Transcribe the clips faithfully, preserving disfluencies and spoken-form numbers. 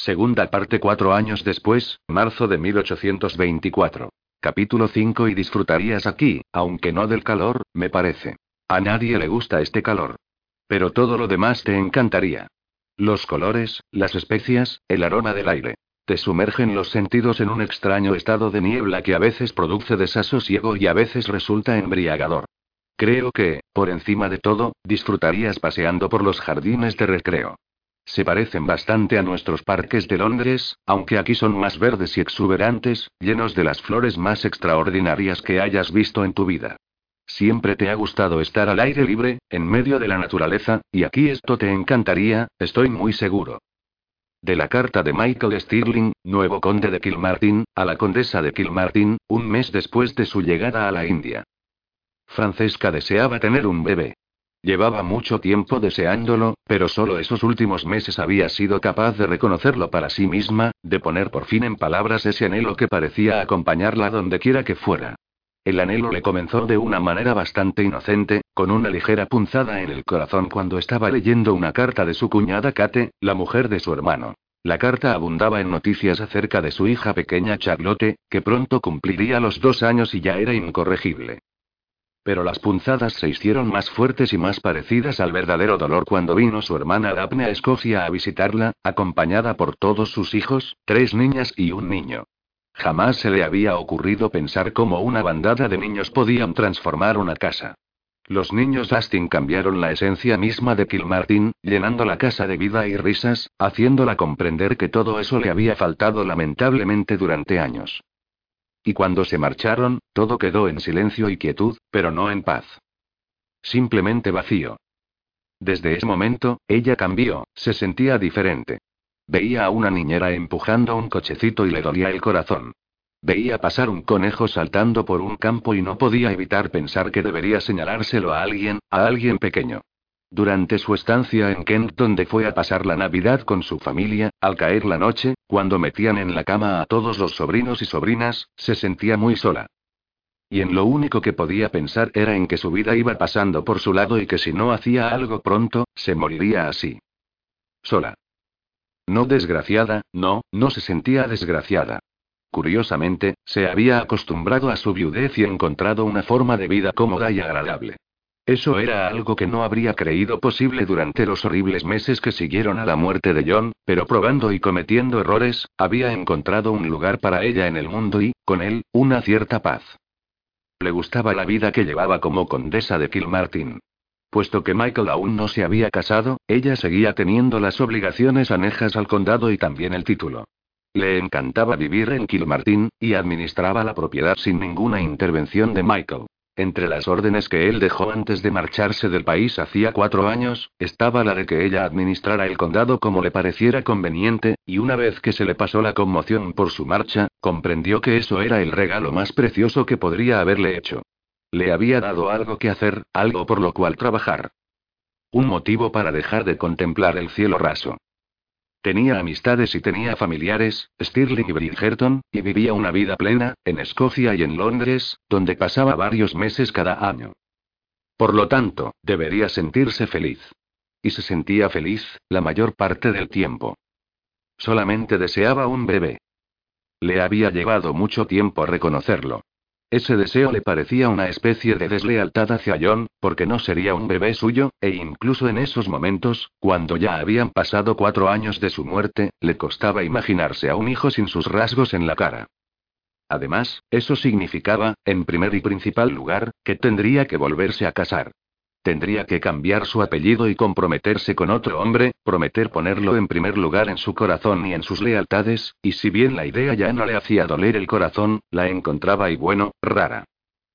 Segunda parte cuatro años después, marzo de mil ochocientos veinticuatro. Capítulo cinco. Y disfrutarías aquí, aunque no del calor, me parece. A nadie le gusta este calor. Pero todo lo demás te encantaría. Los colores, las especias, el aroma del aire. Te sumergen los sentidos en un extraño estado de niebla que a veces produce desasosiego y a veces resulta embriagador. Creo que, por encima de todo, disfrutarías paseando por los jardines de recreo. Se parecen bastante a nuestros parques de Londres, aunque aquí son más verdes y exuberantes, llenos de las flores más extraordinarias que hayas visto en tu vida. Siempre te ha gustado estar al aire libre, en medio de la naturaleza, y aquí esto te encantaría, estoy muy seguro. De la carta de Michael Stirling, nuevo conde de Kilmartin, a la condesa de Kilmartin, un mes después de su llegada a la India. Francesca deseaba tener un bebé. Llevaba mucho tiempo deseándolo, pero solo esos últimos meses había sido capaz de reconocerlo para sí misma, de poner por fin en palabras ese anhelo que parecía acompañarla dondequiera que fuera. El anhelo le comenzó de una manera bastante inocente, con una ligera punzada en el corazón cuando estaba leyendo una carta de su cuñada Kate, la mujer de su hermano. La carta abundaba en noticias acerca de su hija pequeña Charlotte, que pronto cumpliría los dos años y ya era incorregible. Pero las punzadas se hicieron más fuertes y más parecidas al verdadero dolor cuando vino su hermana Daphne a Escocia a visitarla, acompañada por todos sus hijos, tres niñas y un niño. Jamás se le había ocurrido pensar cómo una bandada de niños podían transformar una casa. Los niños Astin cambiaron la esencia misma de Kilmartin, llenando la casa de vida y risas, haciéndola comprender que todo eso le había faltado lamentablemente durante años. Y cuando se marcharon, todo quedó en silencio y quietud, pero no en paz. Simplemente vacío. Desde ese momento, ella cambió, se sentía diferente. Veía a una niñera empujando un cochecito y le dolía el corazón. Veía pasar un conejo saltando por un campo y no podía evitar pensar que debería señalárselo a alguien, a alguien pequeño. Durante su estancia en Kent, donde fue a pasar la Navidad con su familia, al caer la noche, cuando metían en la cama a todos los sobrinos y sobrinas, se sentía muy sola. Y en lo único que podía pensar era en que su vida iba pasando por su lado y que si no hacía algo pronto, se moriría así. Sola. No desgraciada, no, no se sentía desgraciada. Curiosamente, se había acostumbrado a su viudez y encontrado una forma de vida cómoda y agradable. Eso era algo que no habría creído posible durante los horribles meses que siguieron a la muerte de John, pero probando y cometiendo errores, había encontrado un lugar para ella en el mundo y, con él, una cierta paz. Le gustaba la vida que llevaba como condesa de Kilmartin. Puesto que Michael aún no se había casado, ella seguía teniendo las obligaciones anejas al condado y también el título. Le encantaba vivir en Kilmartin, y administraba la propiedad sin ninguna intervención de Michael. Entre las órdenes que él dejó antes de marcharse del país hacía cuatro años, estaba la de que ella administrara el condado como le pareciera conveniente, y una vez que se le pasó la conmoción por su marcha, comprendió que eso era el regalo más precioso que podría haberle hecho. Le había dado algo que hacer, algo por lo cual trabajar. Un motivo para dejar de contemplar el cielo raso. Tenía amistades y tenía familiares, Stirling y Bridgerton, y vivía una vida plena, en Escocia y en Londres, donde pasaba varios meses cada año. Por lo tanto, debería sentirse feliz. Y se sentía feliz, la mayor parte del tiempo. Solamente deseaba un bebé. Le había llevado mucho tiempo reconocerlo. Ese deseo le parecía una especie de deslealtad hacia John, porque no sería un bebé suyo, e incluso en esos momentos, cuando ya habían pasado cuatro años de su muerte, le costaba imaginarse a un hijo sin sus rasgos en la cara. Además, eso significaba, en primer y principal lugar, que tendría que volverse a casar. Tendría que cambiar su apellido y comprometerse con otro hombre, prometer ponerlo en primer lugar en su corazón y en sus lealtades, y si bien la idea ya no le hacía doler el corazón, la encontraba y bueno, rara.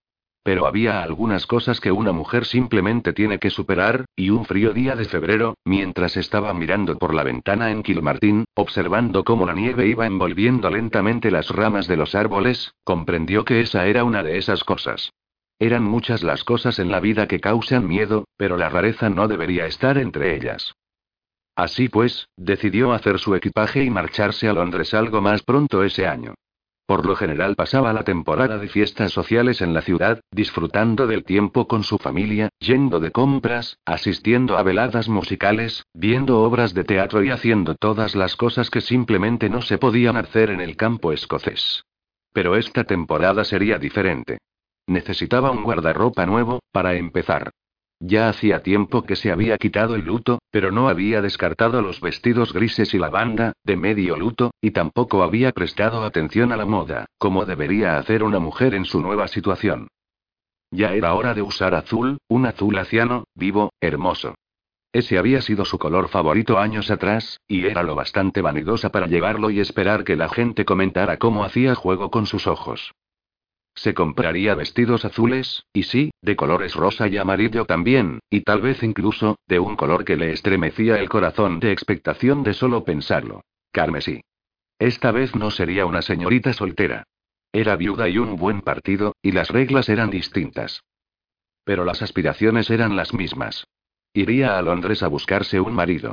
Pero había algunas cosas que una mujer simplemente tiene que superar, y un frío día de febrero, mientras estaba mirando por la ventana en Kilmartin, observando cómo la nieve iba envolviendo lentamente las ramas de los árboles, comprendió que esa era una de esas cosas. Eran muchas las cosas en la vida que causan miedo, pero la rareza no debería estar entre ellas. Así pues, decidió hacer su equipaje y marcharse a Londres algo más pronto ese año. Por lo general pasaba la temporada de fiestas sociales en la ciudad, disfrutando del tiempo con su familia, yendo de compras, asistiendo a veladas musicales, viendo obras de teatro y haciendo todas las cosas que simplemente no se podían hacer en el campo escocés. Pero esta temporada sería diferente. Necesitaba un guardarropa nuevo, para empezar. Ya hacía tiempo que se había quitado el luto, pero no había descartado los vestidos grises y la banda, de medio luto, y tampoco había prestado atención a la moda, como debería hacer una mujer en su nueva situación. Ya era hora de usar azul, un azul aciano, vivo, hermoso. Ese había sido su color favorito años atrás, y era lo bastante vanidosa para llevarlo y esperar que la gente comentara cómo hacía juego con sus ojos. Se compraría vestidos azules, y sí, de colores rosa y amarillo también, y tal vez incluso, de un color que le estremecía el corazón de expectación de solo pensarlo. Carmesí. Esta vez no sería una señorita soltera. Era viuda y un buen partido, y las reglas eran distintas. Pero las aspiraciones eran las mismas. Iría a Londres a buscarse un marido.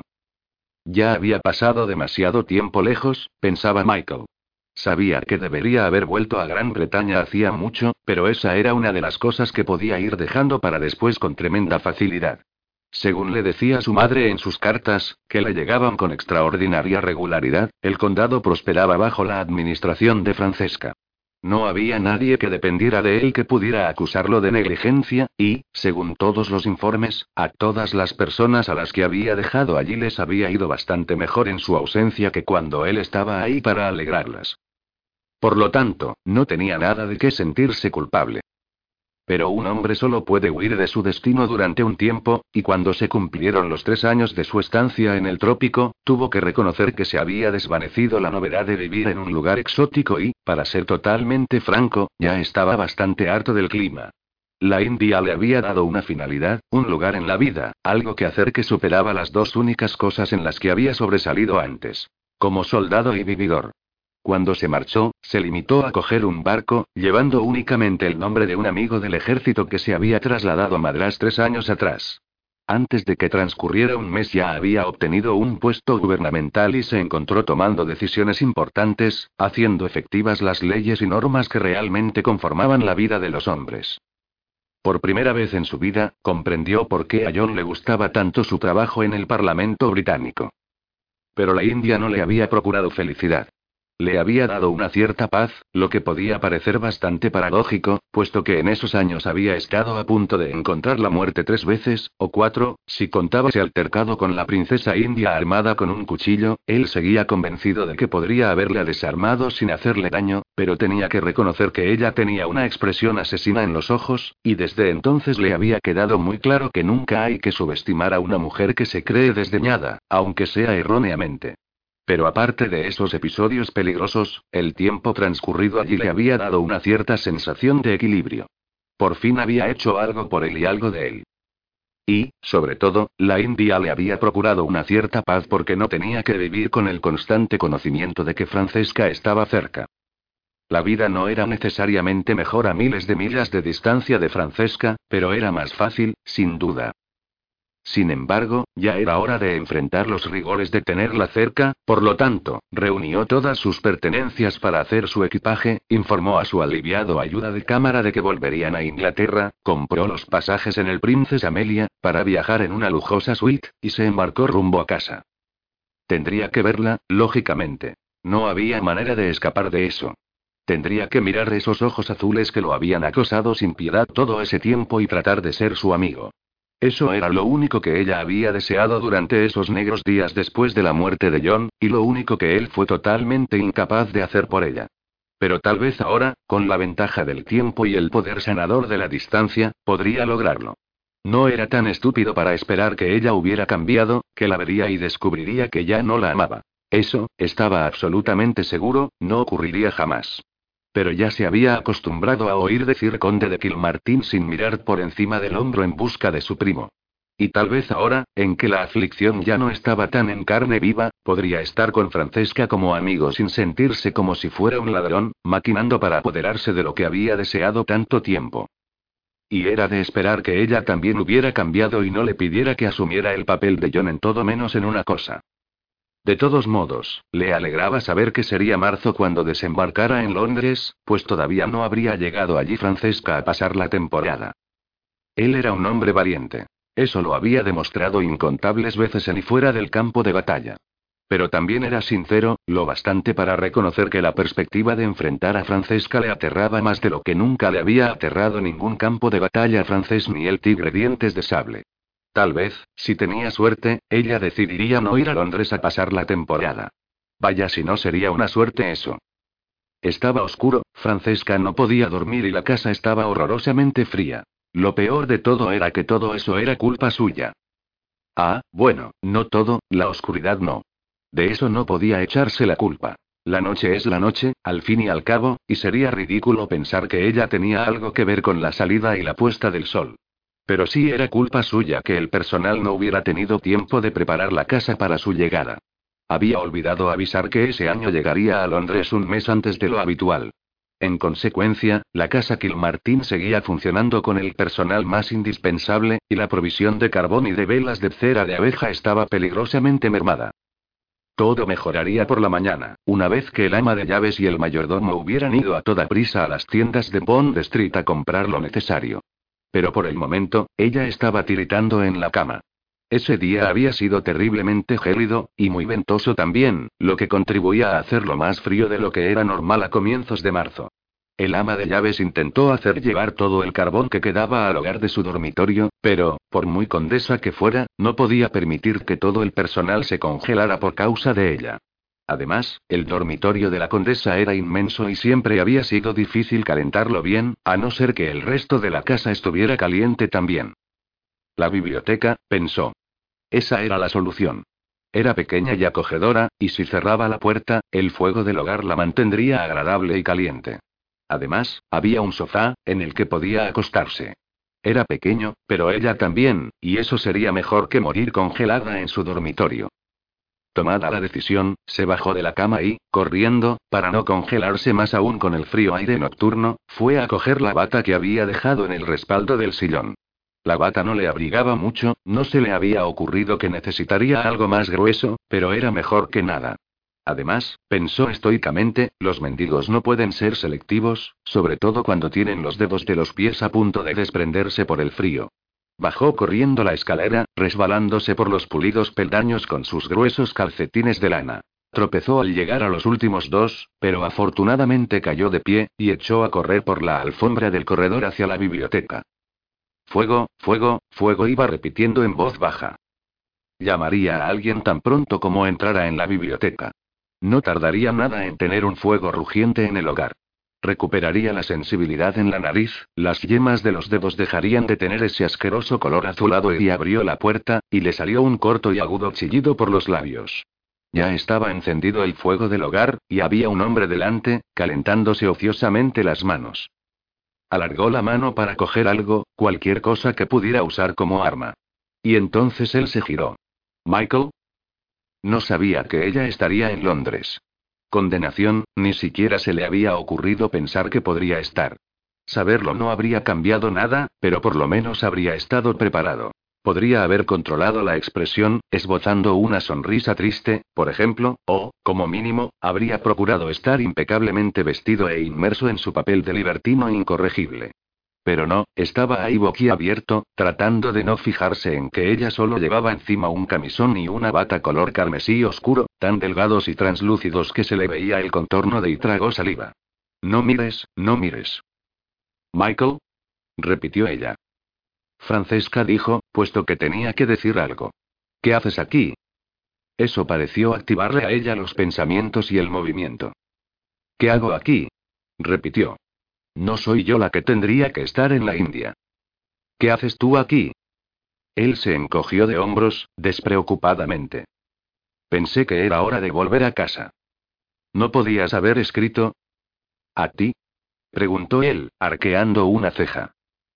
Ya había pasado demasiado tiempo lejos, pensaba Michael. Sabía que debería haber vuelto a Gran Bretaña hacía mucho, pero esa era una de las cosas que podía ir dejando para después con tremenda facilidad. Según le decía su madre en sus cartas, que le llegaban con extraordinaria regularidad, el condado prosperaba bajo la administración de Francesca. No había nadie que dependiera de él que pudiera acusarlo de negligencia, y, según todos los informes, a todas las personas a las que había dejado allí les había ido bastante mejor en su ausencia que cuando él estaba ahí para alegrarlas. Por lo tanto, no tenía nada de qué sentirse culpable. Pero un hombre solo puede huir de su destino durante un tiempo, y cuando se cumplieron los tres años de su estancia en el trópico, tuvo que reconocer que se había desvanecido la novedad de vivir en un lugar exótico y, para ser totalmente franco, ya estaba bastante harto del clima. La India le había dado una finalidad, un lugar en la vida, algo que hacer que superaba las dos únicas cosas en las que había sobresalido antes. Como soldado y vividor. Cuando se marchó, se limitó a coger un barco, llevando únicamente el nombre de un amigo del ejército que se había trasladado a Madrás tres años atrás. Antes de que transcurriera un mes ya había obtenido un puesto gubernamental y se encontró tomando decisiones importantes, haciendo efectivas las leyes y normas que realmente conformaban la vida de los hombres. Por primera vez en su vida, comprendió por qué a John le gustaba tanto su trabajo en el Parlamento británico. Pero la India no le había procurado felicidad. Le había dado una cierta paz, lo que podía parecer bastante paradójico, puesto que en esos años había estado a punto de encontrar la muerte tres veces, o cuatro, si contaba ese altercado con la princesa india armada con un cuchillo. Él seguía convencido de que podría haberla desarmado sin hacerle daño, pero tenía que reconocer que ella tenía una expresión asesina en los ojos, y desde entonces le había quedado muy claro que nunca hay que subestimar a una mujer que se cree desdeñada, aunque sea erróneamente. Pero aparte de esos episodios peligrosos, el tiempo transcurrido allí le había dado una cierta sensación de equilibrio. Por fin había hecho algo por él y algo de él. Y, sobre todo, la India le había procurado una cierta paz porque no tenía que vivir con el constante conocimiento de que Francesca estaba cerca. La vida no era necesariamente mejor a miles de millas de distancia de Francesca, pero era más fácil, sin duda. Sin embargo, ya era hora de enfrentar los rigores de tenerla cerca, por lo tanto, reunió todas sus pertenencias para hacer su equipaje, informó a su aliviado ayuda de cámara de que volverían a Inglaterra, compró los pasajes en el Princess Amelia, para viajar en una lujosa suite, y se embarcó rumbo a casa. Tendría que verla, lógicamente. No había manera de escapar de eso. Tendría que mirar esos ojos azules que lo habían acosado sin piedad todo ese tiempo y tratar de ser su amigo. Eso era lo único que ella había deseado durante esos negros días después de la muerte de John, y lo único que él fue totalmente incapaz de hacer por ella. Pero tal vez ahora, con la ventaja del tiempo y el poder sanador de la distancia, podría lograrlo. No era tan estúpido para esperar que ella hubiera cambiado, que la vería y descubriría que ya no la amaba. Eso, estaba absolutamente seguro, no ocurriría jamás. Pero ya se había acostumbrado a oír decir conde de Kilmartin sin mirar por encima del hombro en busca de su primo. Y tal vez ahora, en que la aflicción ya no estaba tan en carne viva, podría estar con Francesca como amigo sin sentirse como si fuera un ladrón, maquinando para apoderarse de lo que había deseado tanto tiempo. Y era de esperar que ella también hubiera cambiado y no le pidiera que asumiera el papel de John en todo menos en una cosa. De todos modos, le alegraba saber que sería marzo cuando desembarcara en Londres, pues todavía no habría llegado allí Francesca a pasar la temporada. Él era un hombre valiente. Eso lo había demostrado incontables veces en y fuera del campo de batalla. Pero también era sincero, lo bastante para reconocer que la perspectiva de enfrentar a Francesca le aterraba más de lo que nunca le había aterrado ningún campo de batalla francés ni el tigre dientes de sable. Tal vez, si tenía suerte, ella decidiría no ir a Londres a pasar la temporada. Vaya si no sería una suerte eso. Estaba oscuro, Francesca no podía dormir y la casa estaba horrorosamente fría. Lo peor de todo era que todo eso era culpa suya. Ah, bueno, no todo, la oscuridad no. De eso no podía echarse la culpa. La noche es la noche, al fin y al cabo, y sería ridículo pensar que ella tenía algo que ver con la salida y la puesta del sol. Pero sí era culpa suya que el personal no hubiera tenido tiempo de preparar la casa para su llegada. Había olvidado avisar que ese año llegaría a Londres un mes antes de lo habitual. En consecuencia, la casa Kilmartin seguía funcionando con el personal más indispensable, y la provisión de carbón y de velas de cera de abeja estaba peligrosamente mermada. Todo mejoraría por la mañana, una vez que el ama de llaves y el mayordomo hubieran ido a toda prisa a las tiendas de Bond Street a comprar lo necesario. Pero por el momento, ella estaba tiritando en la cama. Ese día había sido terriblemente gélido, y muy ventoso también, lo que contribuía a hacerlo más frío de lo que era normal a comienzos de marzo. El ama de llaves intentó hacer llevar todo el carbón que quedaba al hogar de su dormitorio, pero, por muy condesa que fuera, no podía permitir que todo el personal se congelara por causa de ella. Además, el dormitorio de la condesa era inmenso y siempre había sido difícil calentarlo bien, a no ser que el resto de la casa estuviera caliente también. La biblioteca, pensó. Esa era la solución. Era pequeña y acogedora, y si cerraba la puerta, el fuego del hogar la mantendría agradable y caliente. Además, había un sofá, en el que podía acostarse. Era pequeño, pero ella también, y eso sería mejor que morir congelada en su dormitorio. Tomada la decisión, se bajó de la cama y, corriendo, para no congelarse más aún con el frío aire nocturno, fue a coger la bata que había dejado en el respaldo del sillón. La bata no le abrigaba mucho, no se le había ocurrido que necesitaría algo más grueso, pero era mejor que nada. Además, pensó estoicamente, los mendigos no pueden ser selectivos, sobre todo cuando tienen los dedos de los pies a punto de desprenderse por el frío. Bajó corriendo la escalera, resbalándose por los pulidos peldaños con sus gruesos calcetines de lana. Tropezó al llegar a los últimos dos, pero afortunadamente cayó de pie, y echó a correr por la alfombra del corredor hacia la biblioteca. Fuego, fuego, fuego, iba repitiendo en voz baja. Llamaría a alguien tan pronto como entrara en la biblioteca. No tardaría nada en tener un fuego rugiente en el hogar. Recuperaría la sensibilidad en la nariz, las yemas de los dedos dejarían de tener ese asqueroso color azulado y abrió la puerta, y le salió un corto y agudo chillido por los labios. Ya estaba encendido el fuego del hogar, y había un hombre delante, calentándose ociosamente las manos. Alargó la mano para coger algo, cualquier cosa que pudiera usar como arma. Y entonces él se giró. ¿Michael? No sabía que ella estaría en Londres. Condenación, ni siquiera se le había ocurrido pensar que podría estar. Saberlo no habría cambiado nada, pero por lo menos habría estado preparado. Podría haber controlado la expresión, esbozando una sonrisa triste, por ejemplo, o, como mínimo, habría procurado estar impecablemente vestido e inmerso en su papel de libertino incorregible. Pero no, estaba ahí boquiabierto, tratando de no fijarse en que ella solo llevaba encima un camisón y una bata color carmesí oscuro, tan delgados y translúcidos que se le veía el contorno de y tragó saliva. No mires, no mires. ¿Michael? Repitió ella. Francesca dijo, puesto que tenía que decir algo. ¿Qué haces aquí? Eso pareció activarle a ella los pensamientos y el movimiento. ¿Qué hago aquí? Repitió. No soy yo la que tendría que estar en la India. ¿Qué haces tú aquí? Él se encogió de hombros, despreocupadamente. Pensé que era hora de volver a casa. ¿No podías haber escrito? ¿A ti? Preguntó él, arqueando una ceja.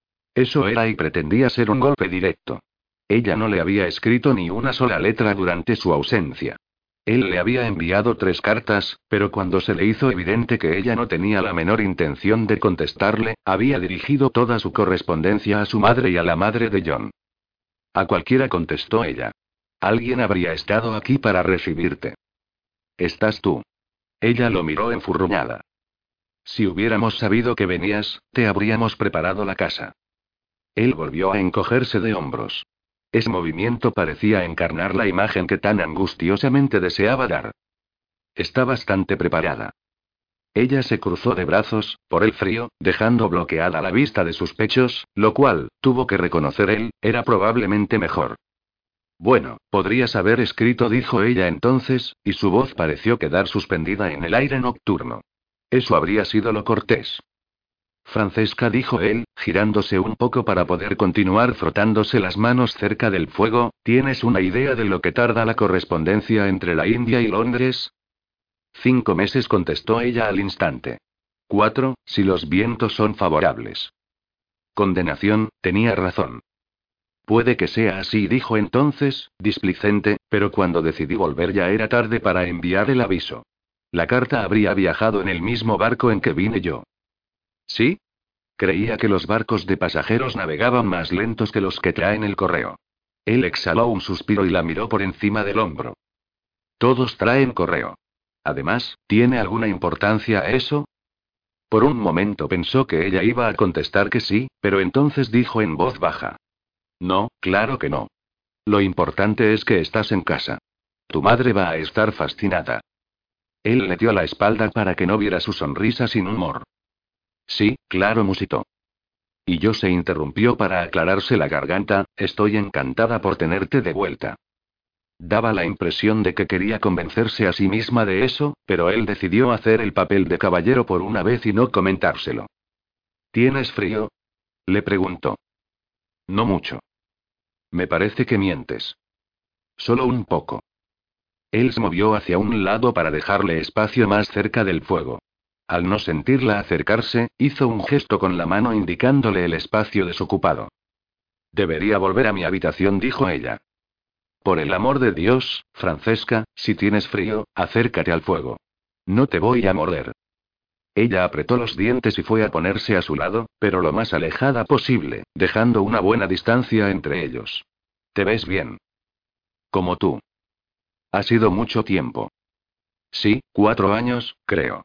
Eso era y pretendía ser un golpe directo. Ella no le había escrito ni una sola letra durante su ausencia. Él le había enviado tres cartas, pero cuando se le hizo evidente que ella no tenía la menor intención de contestarle, había dirigido toda su correspondencia a su madre y a la madre de John. A cualquiera, contestó ella. Alguien habría estado aquí para recibirte. ¿Estás tú? Ella lo miró enfurruñada. Si hubiéramos sabido que venías, te habríamos preparado la casa. Él volvió a encogerse de hombros. Ese movimiento parecía encarnar la imagen que tan angustiosamente deseaba dar. Está bastante preparada. Ella se cruzó de brazos, por el frío, dejando bloqueada la vista de sus pechos, lo cual, tuvo que reconocer él, era probablemente mejor. Bueno, podrías haber escrito, dijo ella entonces, y su voz pareció quedar suspendida en el aire nocturno. Eso habría sido lo cortés. Francesca, dijo él, girándose un poco para poder continuar frotándose las manos cerca del fuego, ¿tienes una idea de lo que tarda la correspondencia entre la India y Londres? Cinco meses, contestó ella al instante. Cuatro, si los vientos son favorables. Condenación, tenía razón. Puede que sea así, dijo entonces, displicente, pero cuando decidí volver ya era tarde para enviar el aviso. La carta habría viajado en el mismo barco en que vine yo. ¿Sí? Creía que los barcos de pasajeros navegaban más lentos que los que traen el correo. Él exhaló un suspiro y la miró por encima del hombro. Todos traen correo. Además, ¿tiene alguna importancia eso? Por un momento pensó que ella iba a contestar que sí, pero entonces dijo en voz baja. No, claro que no. Lo importante es que estás en casa. Tu madre va a estar fascinada. Él le dio la espalda para que no viera su sonrisa sin humor. Sí, claro, musitó. Y yo, se interrumpió para aclararse la garganta, estoy encantada por tenerte de vuelta. Daba la impresión de que quería convencerse a sí misma de eso, pero él decidió hacer el papel de caballero por una vez y no comentárselo. ¿Tienes frío? Le preguntó. No mucho. Me parece que mientes. Solo un poco. Él se movió hacia un lado para dejarle espacio más cerca del fuego. Al no sentirla acercarse, hizo un gesto con la mano indicándole el espacio desocupado. Debería volver a mi habitación, dijo ella. Por el amor de Dios, Francesca, si tienes frío, acércate al fuego. No te voy a morder. Ella apretó los dientes y fue a ponerse a su lado, pero lo más alejada posible, dejando una buena distancia entre ellos. ¿Te ves bien? Como tú. Ha sido mucho tiempo. Sí, cuatro años, creo.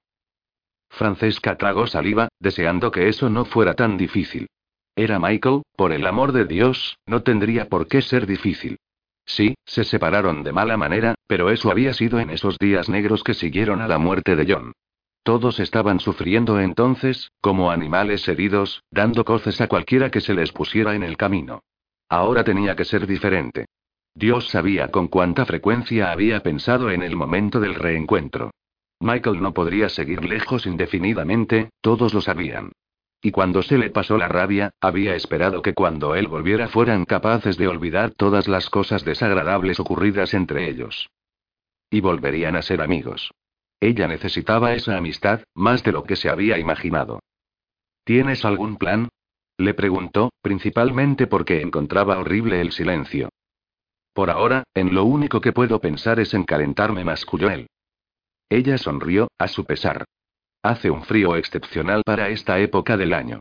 Francesca tragó saliva, deseando que eso no fuera tan difícil. Era Michael, por el amor de Dios, no tendría por qué ser difícil. Sí, se separaron de mala manera, pero eso había sido en esos días negros que siguieron a la muerte de John. Todos estaban sufriendo entonces, como animales heridos, dando coces a cualquiera que se les pusiera en el camino. Ahora tenía que ser diferente. Dios sabía con cuánta frecuencia había pensado en el momento del reencuentro. Michael no podría seguir lejos indefinidamente, todos lo sabían. Y cuando se le pasó la rabia, había esperado que cuando él volviera fueran capaces de olvidar todas las cosas desagradables ocurridas entre ellos. Y volverían a ser amigos. Ella necesitaba esa amistad, más de lo que se había imaginado. ¿Tienes algún plan? Le preguntó, principalmente porque encontraba horrible el silencio. Por ahora, en lo único que puedo pensar es en calentarme, masculló él. Ella sonrió, a su pesar. Hace un frío excepcional para esta época del año.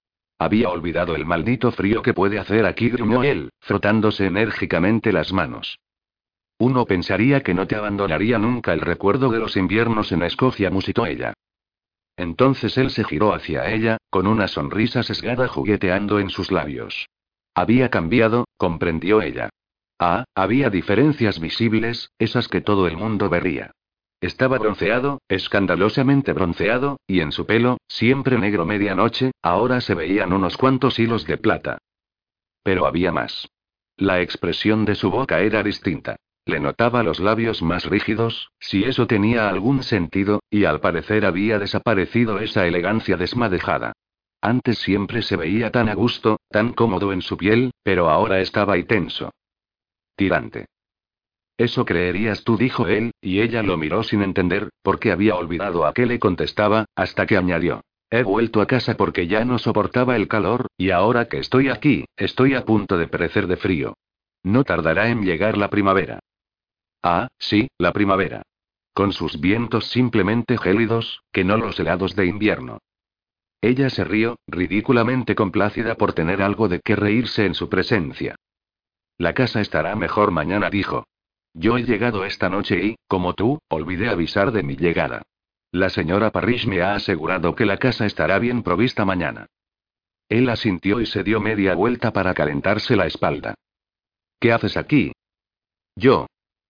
Había olvidado el maldito frío que puede hacer aquí, gruñó él, frotándose enérgicamente las manos. Uno pensaría que no te abandonaría nunca el recuerdo de los inviernos en Escocia, musitó ella. Entonces él se giró hacia ella, con una sonrisa sesgada jugueteando en sus labios. Había cambiado, comprendió ella. Ah, había diferencias visibles, esas que todo el mundo vería. Estaba bronceado, escandalosamente bronceado, y en su pelo, siempre negro medianoche, ahora se veían unos cuantos hilos de plata. Pero había más. La expresión de su boca era distinta. Le notaba los labios más rígidos, si eso tenía algún sentido, y al parecer había desaparecido esa elegancia desmadejada. Antes siempre se veía tan a gusto, tan cómodo en su piel, pero ahora estaba ahí tenso. Tirante. Eso creerías tú, dijo él, y ella lo miró sin entender, porque había olvidado a qué le contestaba, hasta que añadió. He vuelto a casa porque ya no soportaba el calor, y ahora que estoy aquí, estoy a punto de perecer de frío. No tardará en llegar la primavera. Ah, sí, la primavera. Con sus vientos simplemente gélidos, que no los helados de invierno. Ella se rió, ridículamente complacida por tener algo de qué reírse en su presencia. La casa estará mejor mañana, dijo. Yo he llegado esta noche y, como tú, olvidé avisar de mi llegada. La señora Parrish me ha asegurado que la casa estará bien provista mañana. Él asintió y se dio media vuelta para calentarse la espalda. ¿Qué haces aquí? Yo.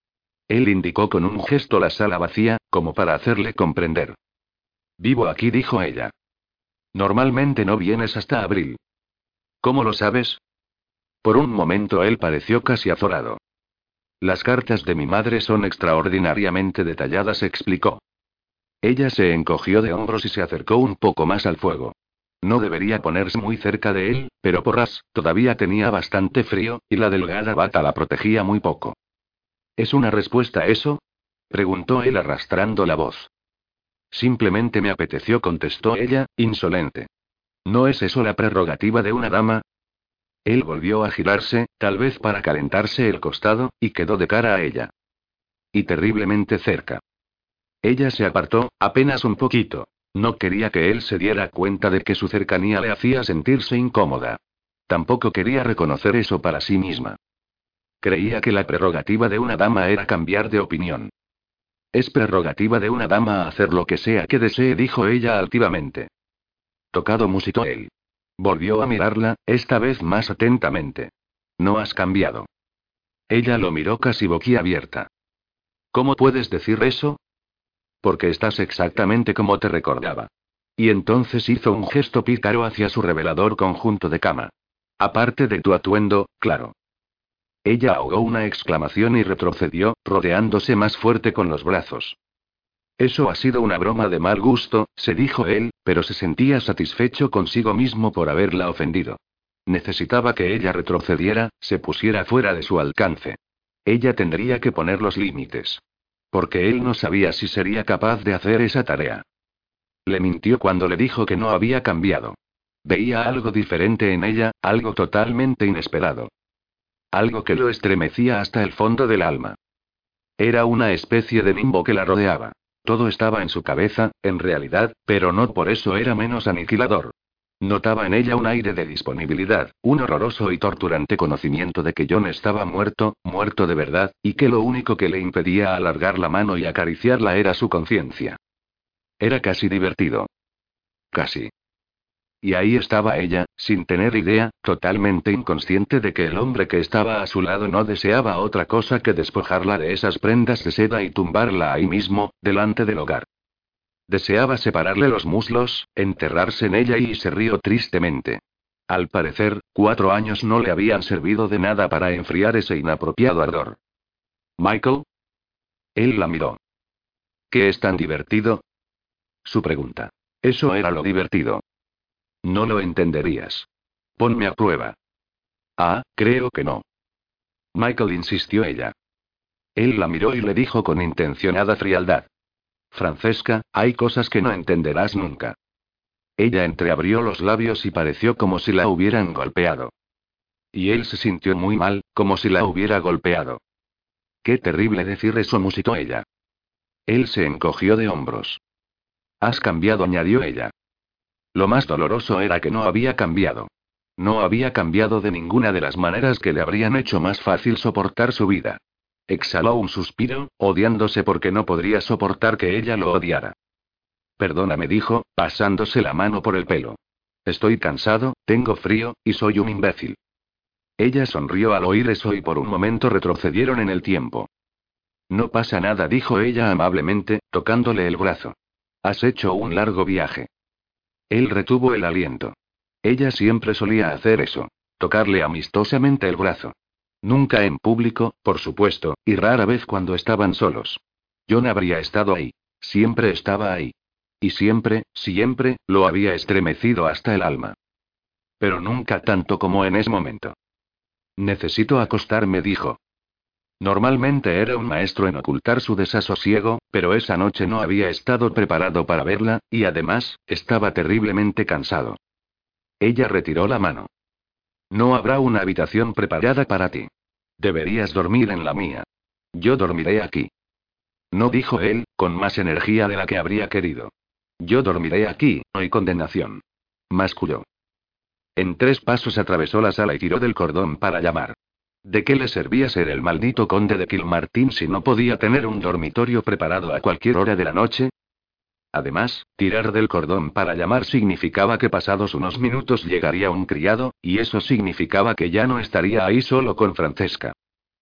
Él indicó con un gesto la sala vacía, como para hacerle comprender. Vivo aquí, dijo ella. Normalmente no vienes hasta abril. ¿Cómo lo sabes? Por un momento él pareció casi azorado. Las cartas de mi madre son extraordinariamente detalladas, explicó. Ella se encogió de hombros y se acercó un poco más al fuego. No debería ponerse muy cerca de él, pero porras, todavía tenía bastante frío, y la delgada bata la protegía muy poco. ¿Es una respuesta eso? Preguntó él arrastrando la voz. Simplemente me apeteció, contestó ella, insolente. ¿No es eso la prerrogativa de una dama? Él volvió a girarse, tal vez para calentarse el costado, y quedó de cara a ella. Y terriblemente cerca. Ella se apartó, apenas un poquito. No quería que él se diera cuenta de que su cercanía le hacía sentirse incómoda. Tampoco quería reconocer eso para sí misma. Creía que la prerrogativa de una dama era cambiar de opinión. Es prerrogativa de una dama hacer lo que sea que desee, dijo ella altivamente. Tocado, musitó él. Volvió a mirarla, esta vez más atentamente. No has cambiado. Ella lo miró casi boquiabierta. ¿Cómo puedes decir eso? Porque estás exactamente como te recordaba. Y entonces hizo un gesto pícaro hacia su revelador conjunto de cama. Aparte de tu atuendo, claro. Ella ahogó una exclamación y retrocedió, rodeándose más fuerte con los brazos. Eso ha sido una broma de mal gusto, se dijo él, pero se sentía satisfecho consigo mismo por haberla ofendido. Necesitaba que ella retrocediera, se pusiera fuera de su alcance. Ella tendría que poner los límites. Porque él no sabía si sería capaz de hacer esa tarea. Le mintió cuando le dijo que no había cambiado. Veía algo diferente en ella, algo totalmente inesperado. Algo que lo estremecía hasta el fondo del alma. Era una especie de nimbo que la rodeaba. Todo estaba en su cabeza, en realidad, pero no por eso era menos aniquilador. Notaba en ella un aire de disponibilidad, un horroroso y torturante conocimiento de que John estaba muerto, muerto de verdad, y que lo único que le impedía alargar la mano y acariciarla era su conciencia. Era casi divertido. Casi. Y ahí estaba ella, sin tener idea, totalmente inconsciente de que el hombre que estaba a su lado no deseaba otra cosa que despojarla de esas prendas de seda y tumbarla ahí mismo, delante del hogar. Deseaba separarle los muslos, enterrarse en ella y se rió tristemente. Al parecer, cuatro años no le habían servido de nada para enfriar ese inapropiado ardor. ¿Michael? Él la miró. ¿Qué es tan divertido? Su pregunta. Eso era lo divertido. No lo entenderías. Ponme a prueba. Ah, creo que no. Michael, insistió ella. Él la miró y le dijo con intencionada frialdad. Francesca, hay cosas que no entenderás nunca. Ella entreabrió los labios y pareció como si la hubieran golpeado. Y él se sintió muy mal, como si la hubiera golpeado. Qué terrible decir eso, musitó ella. Él se encogió de hombros. Has cambiado, añadió ella. Lo más doloroso era que no había cambiado. No había cambiado de ninguna de las maneras que le habrían hecho más fácil soportar su vida. Exhaló un suspiro, odiándose porque no podría soportar que ella lo odiara. Perdóname, dijo, pasándose la mano por el pelo. Estoy cansado, tengo frío, y soy un imbécil. Ella sonrió al oír eso y por un momento retrocedieron en el tiempo. No pasa nada, dijo ella amablemente, tocándole el brazo. Has hecho un largo viaje. Él retuvo el aliento. Ella siempre solía hacer eso, tocarle amistosamente el brazo. Nunca en público, por supuesto, y rara vez cuando estaban solos. John habría estado ahí. Siempre estaba ahí. Y siempre, siempre, lo había estremecido hasta el alma. Pero nunca tanto como en ese momento. Necesito acostarme, dijo. Normalmente era un maestro en ocultar su desasosiego, pero esa noche no había estado preparado para verla, y además, estaba terriblemente cansado. Ella retiró la mano. No habrá una habitación preparada para ti. Deberías dormir en la mía. Yo dormiré aquí. No, dijo él, con más energía de la que habría querido. Yo dormiré aquí, no hay condenación. Masculló. En tres pasos atravesó la sala y tiró del cordón para llamar. ¿De qué le servía ser el maldito conde de Kilmartin si no podía tener un dormitorio preparado a cualquier hora de la noche? Además, tirar del cordón para llamar significaba que pasados unos minutos llegaría un criado, y eso significaba que ya no estaría ahí solo con Francesca.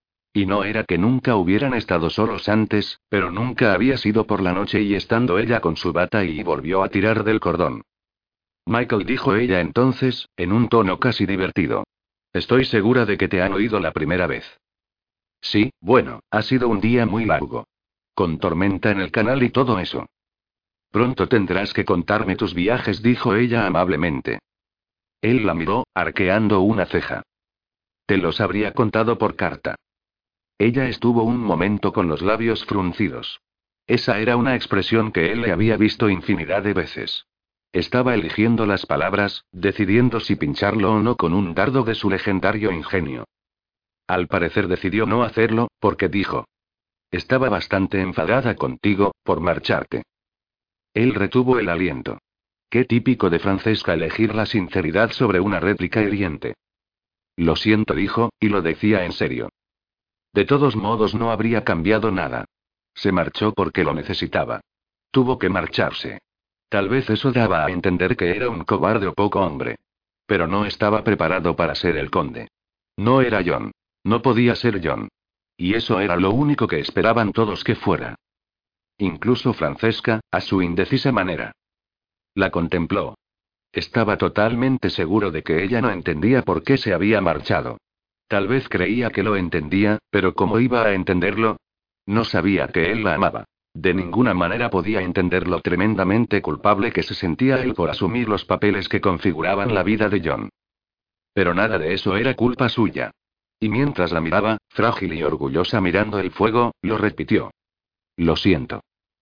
Y no era que nunca hubieran estado solos antes, pero nunca había sido por la noche y estando ella con su bata y volvió a tirar del cordón. Michael, dijo ella entonces, en un tono casi divertido. Estoy segura de que te han oído la primera vez. Sí, bueno, ha sido un día muy largo. Con tormenta en el canal y todo eso. Pronto tendrás que contarme tus viajes, dijo ella amablemente. Él la miró, arqueando una ceja. Te los habría contado por carta. Ella estuvo un momento con los labios fruncidos. Esa era una expresión que él le había visto infinidad de veces. Estaba eligiendo las palabras, decidiendo si pincharlo o no con un dardo de su legendario ingenio. Al parecer decidió no hacerlo, porque dijo. Estaba bastante enfadada contigo, por marcharte. Él retuvo el aliento. Qué típico de Francesca elegir la sinceridad sobre una réplica hiriente. Lo siento, dijo, y lo decía en serio. De todos modos no habría cambiado nada. Se marchó porque lo necesitaba. Tuvo que marcharse. Tal vez eso daba a entender que era un cobarde o poco hombre. Pero no estaba preparado para ser el conde. No era John. No podía ser John. Y eso era lo único que esperaban todos que fuera. Incluso Francesca, a su indecisa manera. La contempló. Estaba totalmente seguro de que ella no entendía por qué se había marchado. Tal vez creía que lo entendía, pero ¿cómo iba a entenderlo? No sabía que él la amaba. De ninguna manera podía entender lo tremendamente culpable que se sentía él por asumir los papeles que configuraban la vida de John. Pero nada de eso era culpa suya. Y mientras la miraba, frágil y orgullosa mirando el fuego, lo repitió. Lo siento.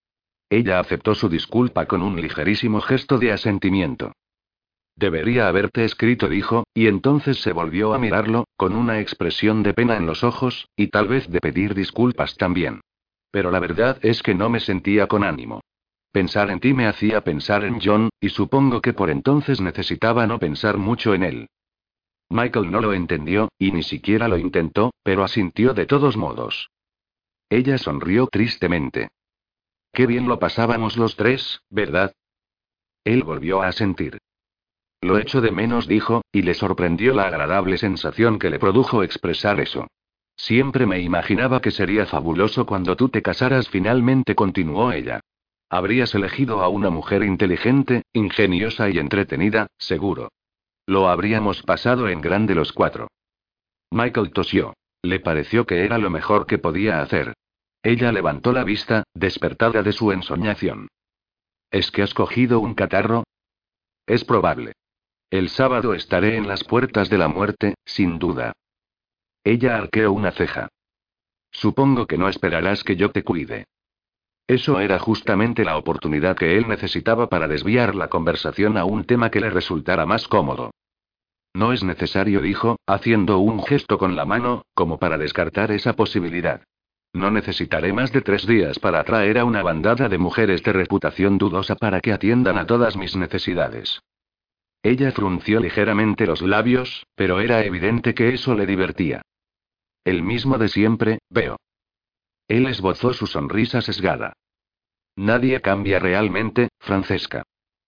Ella aceptó su disculpa con un ligerísimo gesto de asentimiento. Debería haberte escrito, dijo, y entonces se volvió a mirarlo, con una expresión de pena en los ojos, y tal vez de pedir disculpas también. Pero la verdad es que no me sentía con ánimo. Pensar en ti me hacía pensar en John, y supongo que por entonces necesitaba no pensar mucho en él. Michael no lo entendió, y ni siquiera lo intentó, pero asintió de todos modos. Ella sonrió tristemente. Qué bien lo pasábamos los tres, ¿verdad? Él volvió a asentir. Lo echo de menos, dijo, y le sorprendió la agradable sensación que le produjo expresar eso. Siempre me imaginaba que sería fabuloso cuando tú te casaras finalmente, continuó ella. Habrías elegido a una mujer inteligente, ingeniosa y entretenida, seguro. Lo habríamos pasado en grande los cuatro. Michael tosió. Le pareció que era lo mejor que podía hacer. Ella levantó la vista, despertada de su ensoñación. ¿Es que has cogido un catarro? Es probable. El sábado estaré en las puertas de la muerte, sin duda. Ella arqueó una ceja. Supongo que no esperarás que yo te cuide. Eso era justamente la oportunidad que él necesitaba para desviar la conversación a un tema que le resultara más cómodo. No es necesario, dijo, haciendo un gesto con la mano, como para descartar esa posibilidad. No necesitaré más de tres días para atraer a una bandada de mujeres de reputación dudosa para que atiendan a todas mis necesidades. Ella frunció ligeramente los labios, pero era evidente que eso le divertía. El mismo de siempre, veo. Él esbozó su sonrisa sesgada. Nadie cambia realmente, Francesca.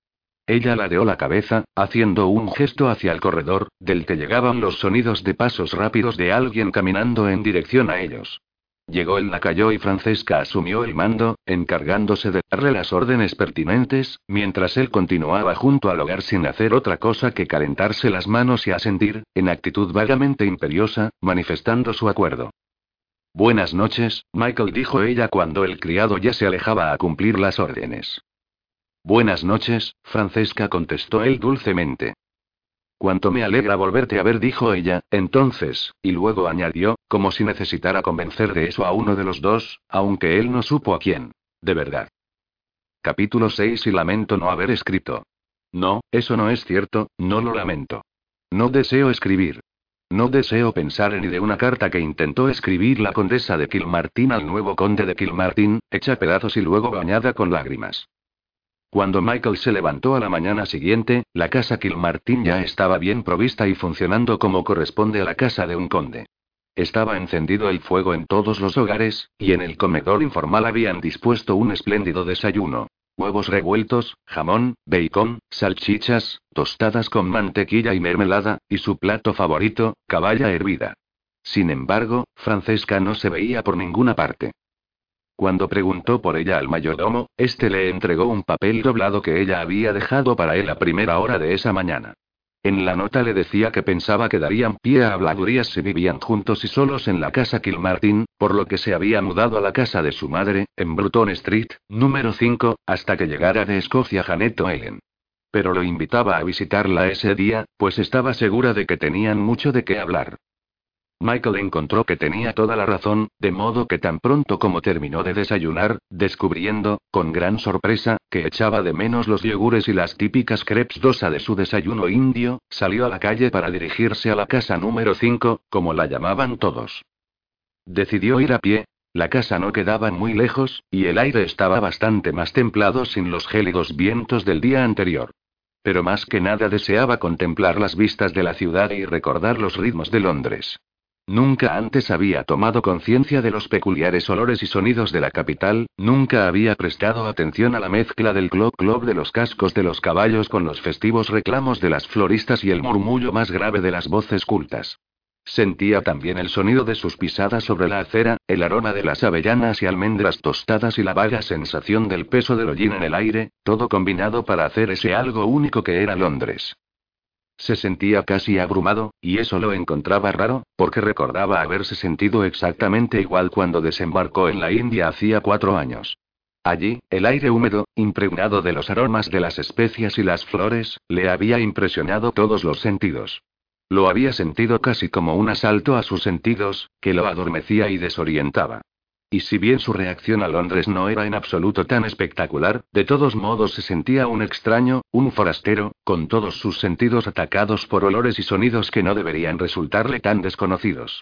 Ella ladeó la cabeza, haciendo un gesto hacia el corredor, del que llegaban los sonidos de pasos rápidos de alguien caminando en dirección a ellos. Llegó el lacayo y Francesca asumió el mando, encargándose de darle las órdenes pertinentes, mientras él continuaba junto al hogar sin hacer otra cosa que calentarse las manos y asentir, en actitud vagamente imperiosa, manifestando su acuerdo. Buenas noches, Michael, dijo ella cuando el criado ya se alejaba a cumplir las órdenes. Buenas noches, Francesca, contestó él dulcemente. Cuánto me alegra volverte a ver, dijo ella, entonces, y luego añadió, como si necesitara convencer de eso a uno de los dos, aunque él no supo a quién. De verdad. Capítulo seis. Y lamento no haber escrito. No, eso no es cierto, no lo lamento. No deseo escribir. No deseo pensar en ni de una carta que intentó escribir la condesa de Kilmartin al nuevo conde de Kilmartin, hecha pedazos y luego bañada con lágrimas. Cuando Michael se levantó a la mañana siguiente, la casa Kilmartin ya estaba bien provista y funcionando como corresponde a la casa de un conde. Estaba encendido el fuego en todos los hogares, y en el comedor informal habían dispuesto un espléndido desayuno. Huevos revueltos, jamón, bacon, salchichas, tostadas con mantequilla y mermelada, y su plato favorito, caballa hervida. Sin embargo, Francesca no se veía por ninguna parte. Cuando preguntó por ella al mayordomo, este le entregó un papel doblado que ella había dejado para él a primera hora de esa mañana. En la nota le decía que pensaba que darían pie a habladurías si vivían juntos y solos en la casa Kilmartin, por lo que se había mudado a la casa de su madre, en Bruton Street, número cinco, hasta que llegara de Escocia Janet Ellen. Pero lo invitaba a visitarla ese día, pues estaba segura de que tenían mucho de qué hablar. Michael encontró que tenía toda la razón, de modo que tan pronto como terminó de desayunar, descubriendo, con gran sorpresa, que echaba de menos los yogures y las típicas crepes dosa de su desayuno indio, salió a la calle para dirigirse a la casa número cinco, como la llamaban todos. Decidió ir a pie. La casa no quedaba muy lejos, y el aire estaba bastante más templado sin los gélidos vientos del día anterior. Pero más que nada deseaba contemplar las vistas de la ciudad y recordar los ritmos de Londres. Nunca antes había tomado conciencia de los peculiares olores y sonidos de la capital, nunca había prestado atención a la mezcla del clop-clop de los cascos de los caballos con los festivos reclamos de las floristas y el murmullo más grave de las voces cultas. Sentía también el sonido de sus pisadas sobre la acera, el aroma de las avellanas y almendras tostadas y la vaga sensación del peso del hollín en el aire, todo combinado para hacer ese algo único que era Londres. Se sentía casi abrumado, y eso lo encontraba raro, porque recordaba haberse sentido exactamente igual cuando desembarcó en la India hacía cuatro años. Allí, el aire húmedo, impregnado de los aromas de las especias y las flores, le había impresionado todos los sentidos. Lo había sentido casi como un asalto a sus sentidos, que lo adormecía y desorientaba. Y si bien su reacción a Londres no era en absoluto tan espectacular, de todos modos se sentía un extraño, un forastero, con todos sus sentidos atacados por olores y sonidos que no deberían resultarle tan desconocidos.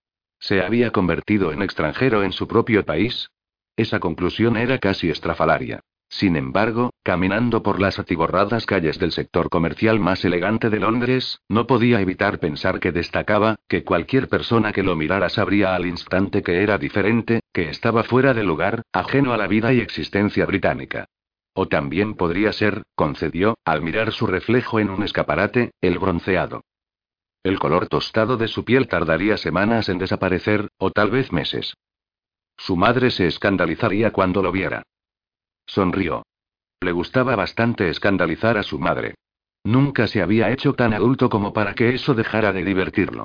¿Se había convertido en extranjero en su propio país? Esa conclusión era casi estrafalaria. Sin embargo, caminando por las atiborradas calles del sector comercial más elegante de Londres, no podía evitar pensar que destacaba, que cualquier persona que lo mirara sabría al instante que era diferente, que estaba fuera de lugar, ajeno a la vida y existencia británica. O también podría ser, concedió, al mirar su reflejo en un escaparate, el bronceado. El color tostado de su piel tardaría semanas en desaparecer, o tal vez meses. Su madre se escandalizaría cuando lo viera. Sonrió. Le gustaba bastante escandalizar a su madre. Nunca se había hecho tan adulto como para que eso dejara de divertirlo.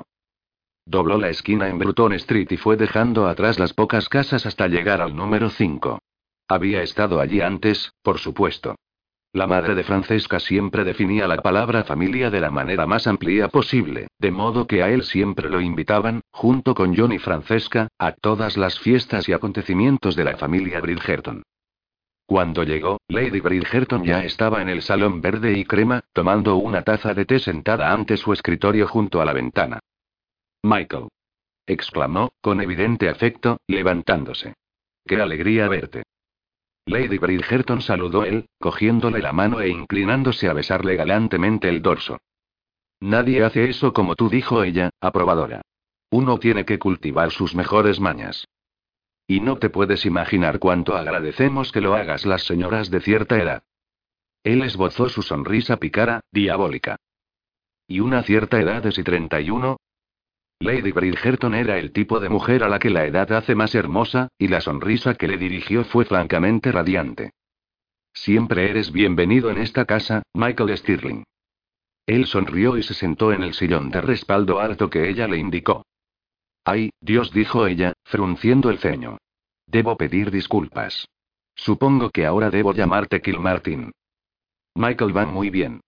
Dobló la esquina en Bruton Street y fue dejando atrás las pocas casas hasta llegar al número cinco. Había estado allí antes, por supuesto. La madre de Francesca siempre definía la palabra familia de la manera más amplia posible, de modo que a él siempre lo invitaban, junto con John y Francesca, a todas las fiestas y acontecimientos de la familia Bridgerton. Cuando llegó, Lady Bridgerton ya estaba en el salón verde y crema, tomando una taza de té sentada ante su escritorio junto a la ventana. «Michael», exclamó, con evidente afecto, levantándose. «Qué alegría verte». Lady Bridgerton saludó él, cogiéndole la mano e inclinándose a besarle galantemente el dorso. «Nadie hace eso como tú», dijo ella, aprobadora. «Uno tiene que cultivar sus mejores mañas. Y no te puedes imaginar cuánto agradecemos que lo hagas las señoras de cierta edad». Él esbozó su sonrisa pícara, diabólica. ¿Y una cierta edad de si treinta y uno? Lady Bridgerton era el tipo de mujer a la que la edad hace más hermosa, y la sonrisa que le dirigió fue francamente radiante. «Siempre eres bienvenido en esta casa, Michael Stirling». Él sonrió y se sentó en el sillón de respaldo alto que ella le indicó. «Ay, Dios», dijo ella, frunciendo el ceño. «Debo pedir disculpas. Supongo que ahora debo llamarte Kilmartin». «Michael, va muy bien».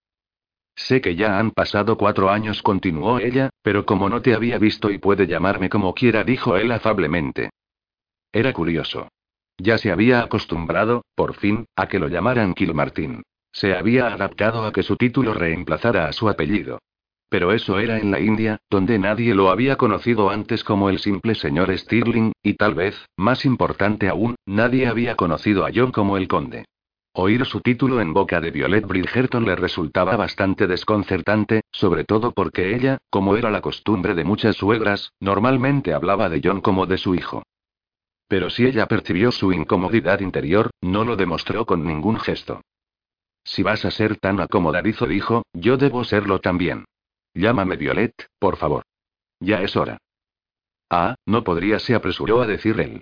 «Sé que ya han pasado cuatro años», continuó ella, «pero como no te había visto y puede llamarme como quiera», dijo él afablemente. Era curioso. Ya se había acostumbrado, por fin, a que lo llamaran Kilmartin. Se había adaptado a que su título reemplazara a su apellido. Pero eso era en la India, donde nadie lo había conocido antes como el simple señor Stirling, y tal vez, más importante aún, nadie había conocido a John como el conde. Oír su título en boca de Violet Bridgerton le resultaba bastante desconcertante, sobre todo porque ella, como era la costumbre de muchas suegras, normalmente hablaba de John como de su hijo. Pero si ella percibió su incomodidad interior, no lo demostró con ningún gesto. Si vas a ser tan acomodadizo, dijo, yo debo serlo también. Llámame Violet, por favor. Ya es hora. Ah, no podría, se apresuró a decir él.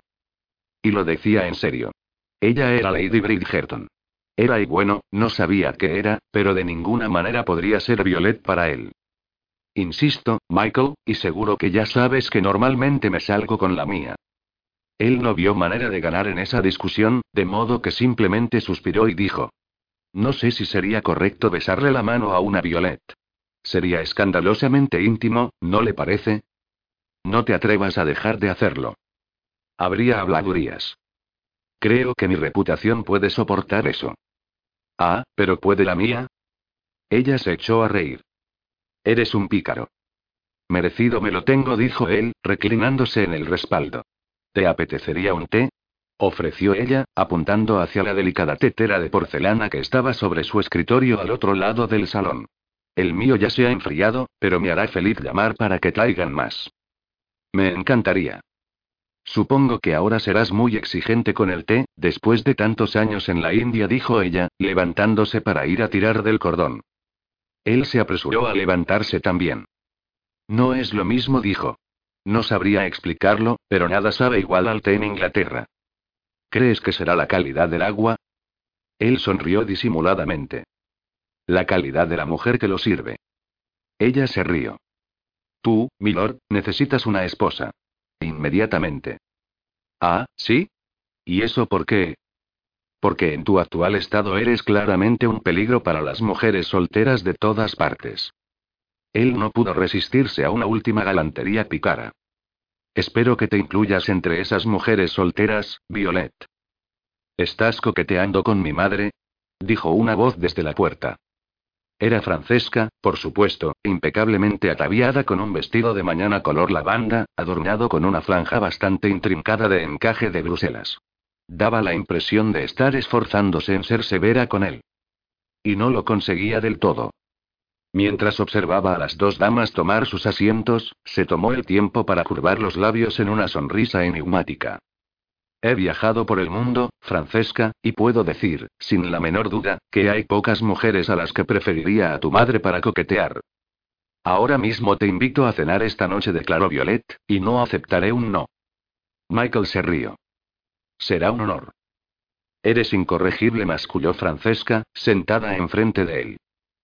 Y lo decía en serio. Ella era Lady Bridgerton. Era y bueno, no sabía qué era, pero de ninguna manera podría ser Violet para él. Insisto, Michael, y seguro que ya sabes que normalmente me salgo con la mía. Él no vio manera de ganar en esa discusión, de modo que simplemente suspiró y dijo. No sé si sería correcto besarle la mano a una Violet. Sería escandalosamente íntimo, ¿no le parece? No te atrevas a dejar de hacerlo. Habría habladurías. Creo que mi reputación puede soportar eso. Ah, pero ¿puede la mía? Ella se echó a reír. Eres un pícaro. Merecido me lo tengo, dijo él, reclinándose en el respaldo. ¿Te apetecería un té? Ofreció ella, apuntando hacia la delicada tetera de porcelana que estaba sobre su escritorio al otro lado del salón. El mío ya se ha enfriado, pero me hará feliz llamar para que traigan más. Me encantaría. Supongo que ahora serás muy exigente con el té, después de tantos años en la India, dijo ella, levantándose para ir a tirar del cordón. Él se apresuró a levantarse también. No es lo mismo, dijo. No sabría explicarlo, pero nada sabe igual al té en Inglaterra. ¿Crees que será la calidad del agua? Él sonrió disimuladamente. La calidad de la mujer que lo sirve. Ella se rió. Tú, milord, necesitas una esposa. Inmediatamente. Ah, ¿sí? ¿Y eso por qué? Porque en tu actual estado eres claramente un peligro para las mujeres solteras de todas partes. Él no pudo resistirse a una última galantería pícara. Espero que te incluyas entre esas mujeres solteras, Violet. ¿Estás coqueteando con mi madre? Dijo una voz desde la puerta. Era Francesca, por supuesto, impecablemente ataviada con un vestido de mañana color lavanda, adornado con una franja bastante intrincada de encaje de Bruselas. Daba la impresión de estar esforzándose en ser severa con él. Y no lo conseguía del todo. Mientras observaba a las dos damas tomar sus asientos, se tomó el tiempo para curvar los labios en una sonrisa enigmática. He viajado por el mundo, Francesca, y puedo decir, sin la menor duda, que hay pocas mujeres a las que preferiría a tu madre para coquetear. Ahora mismo te invito a cenar esta noche, declaró Violet, y no aceptaré un no. Michael se rió. Será un honor. Eres incorregible, masculló Francesca, sentada enfrente de él.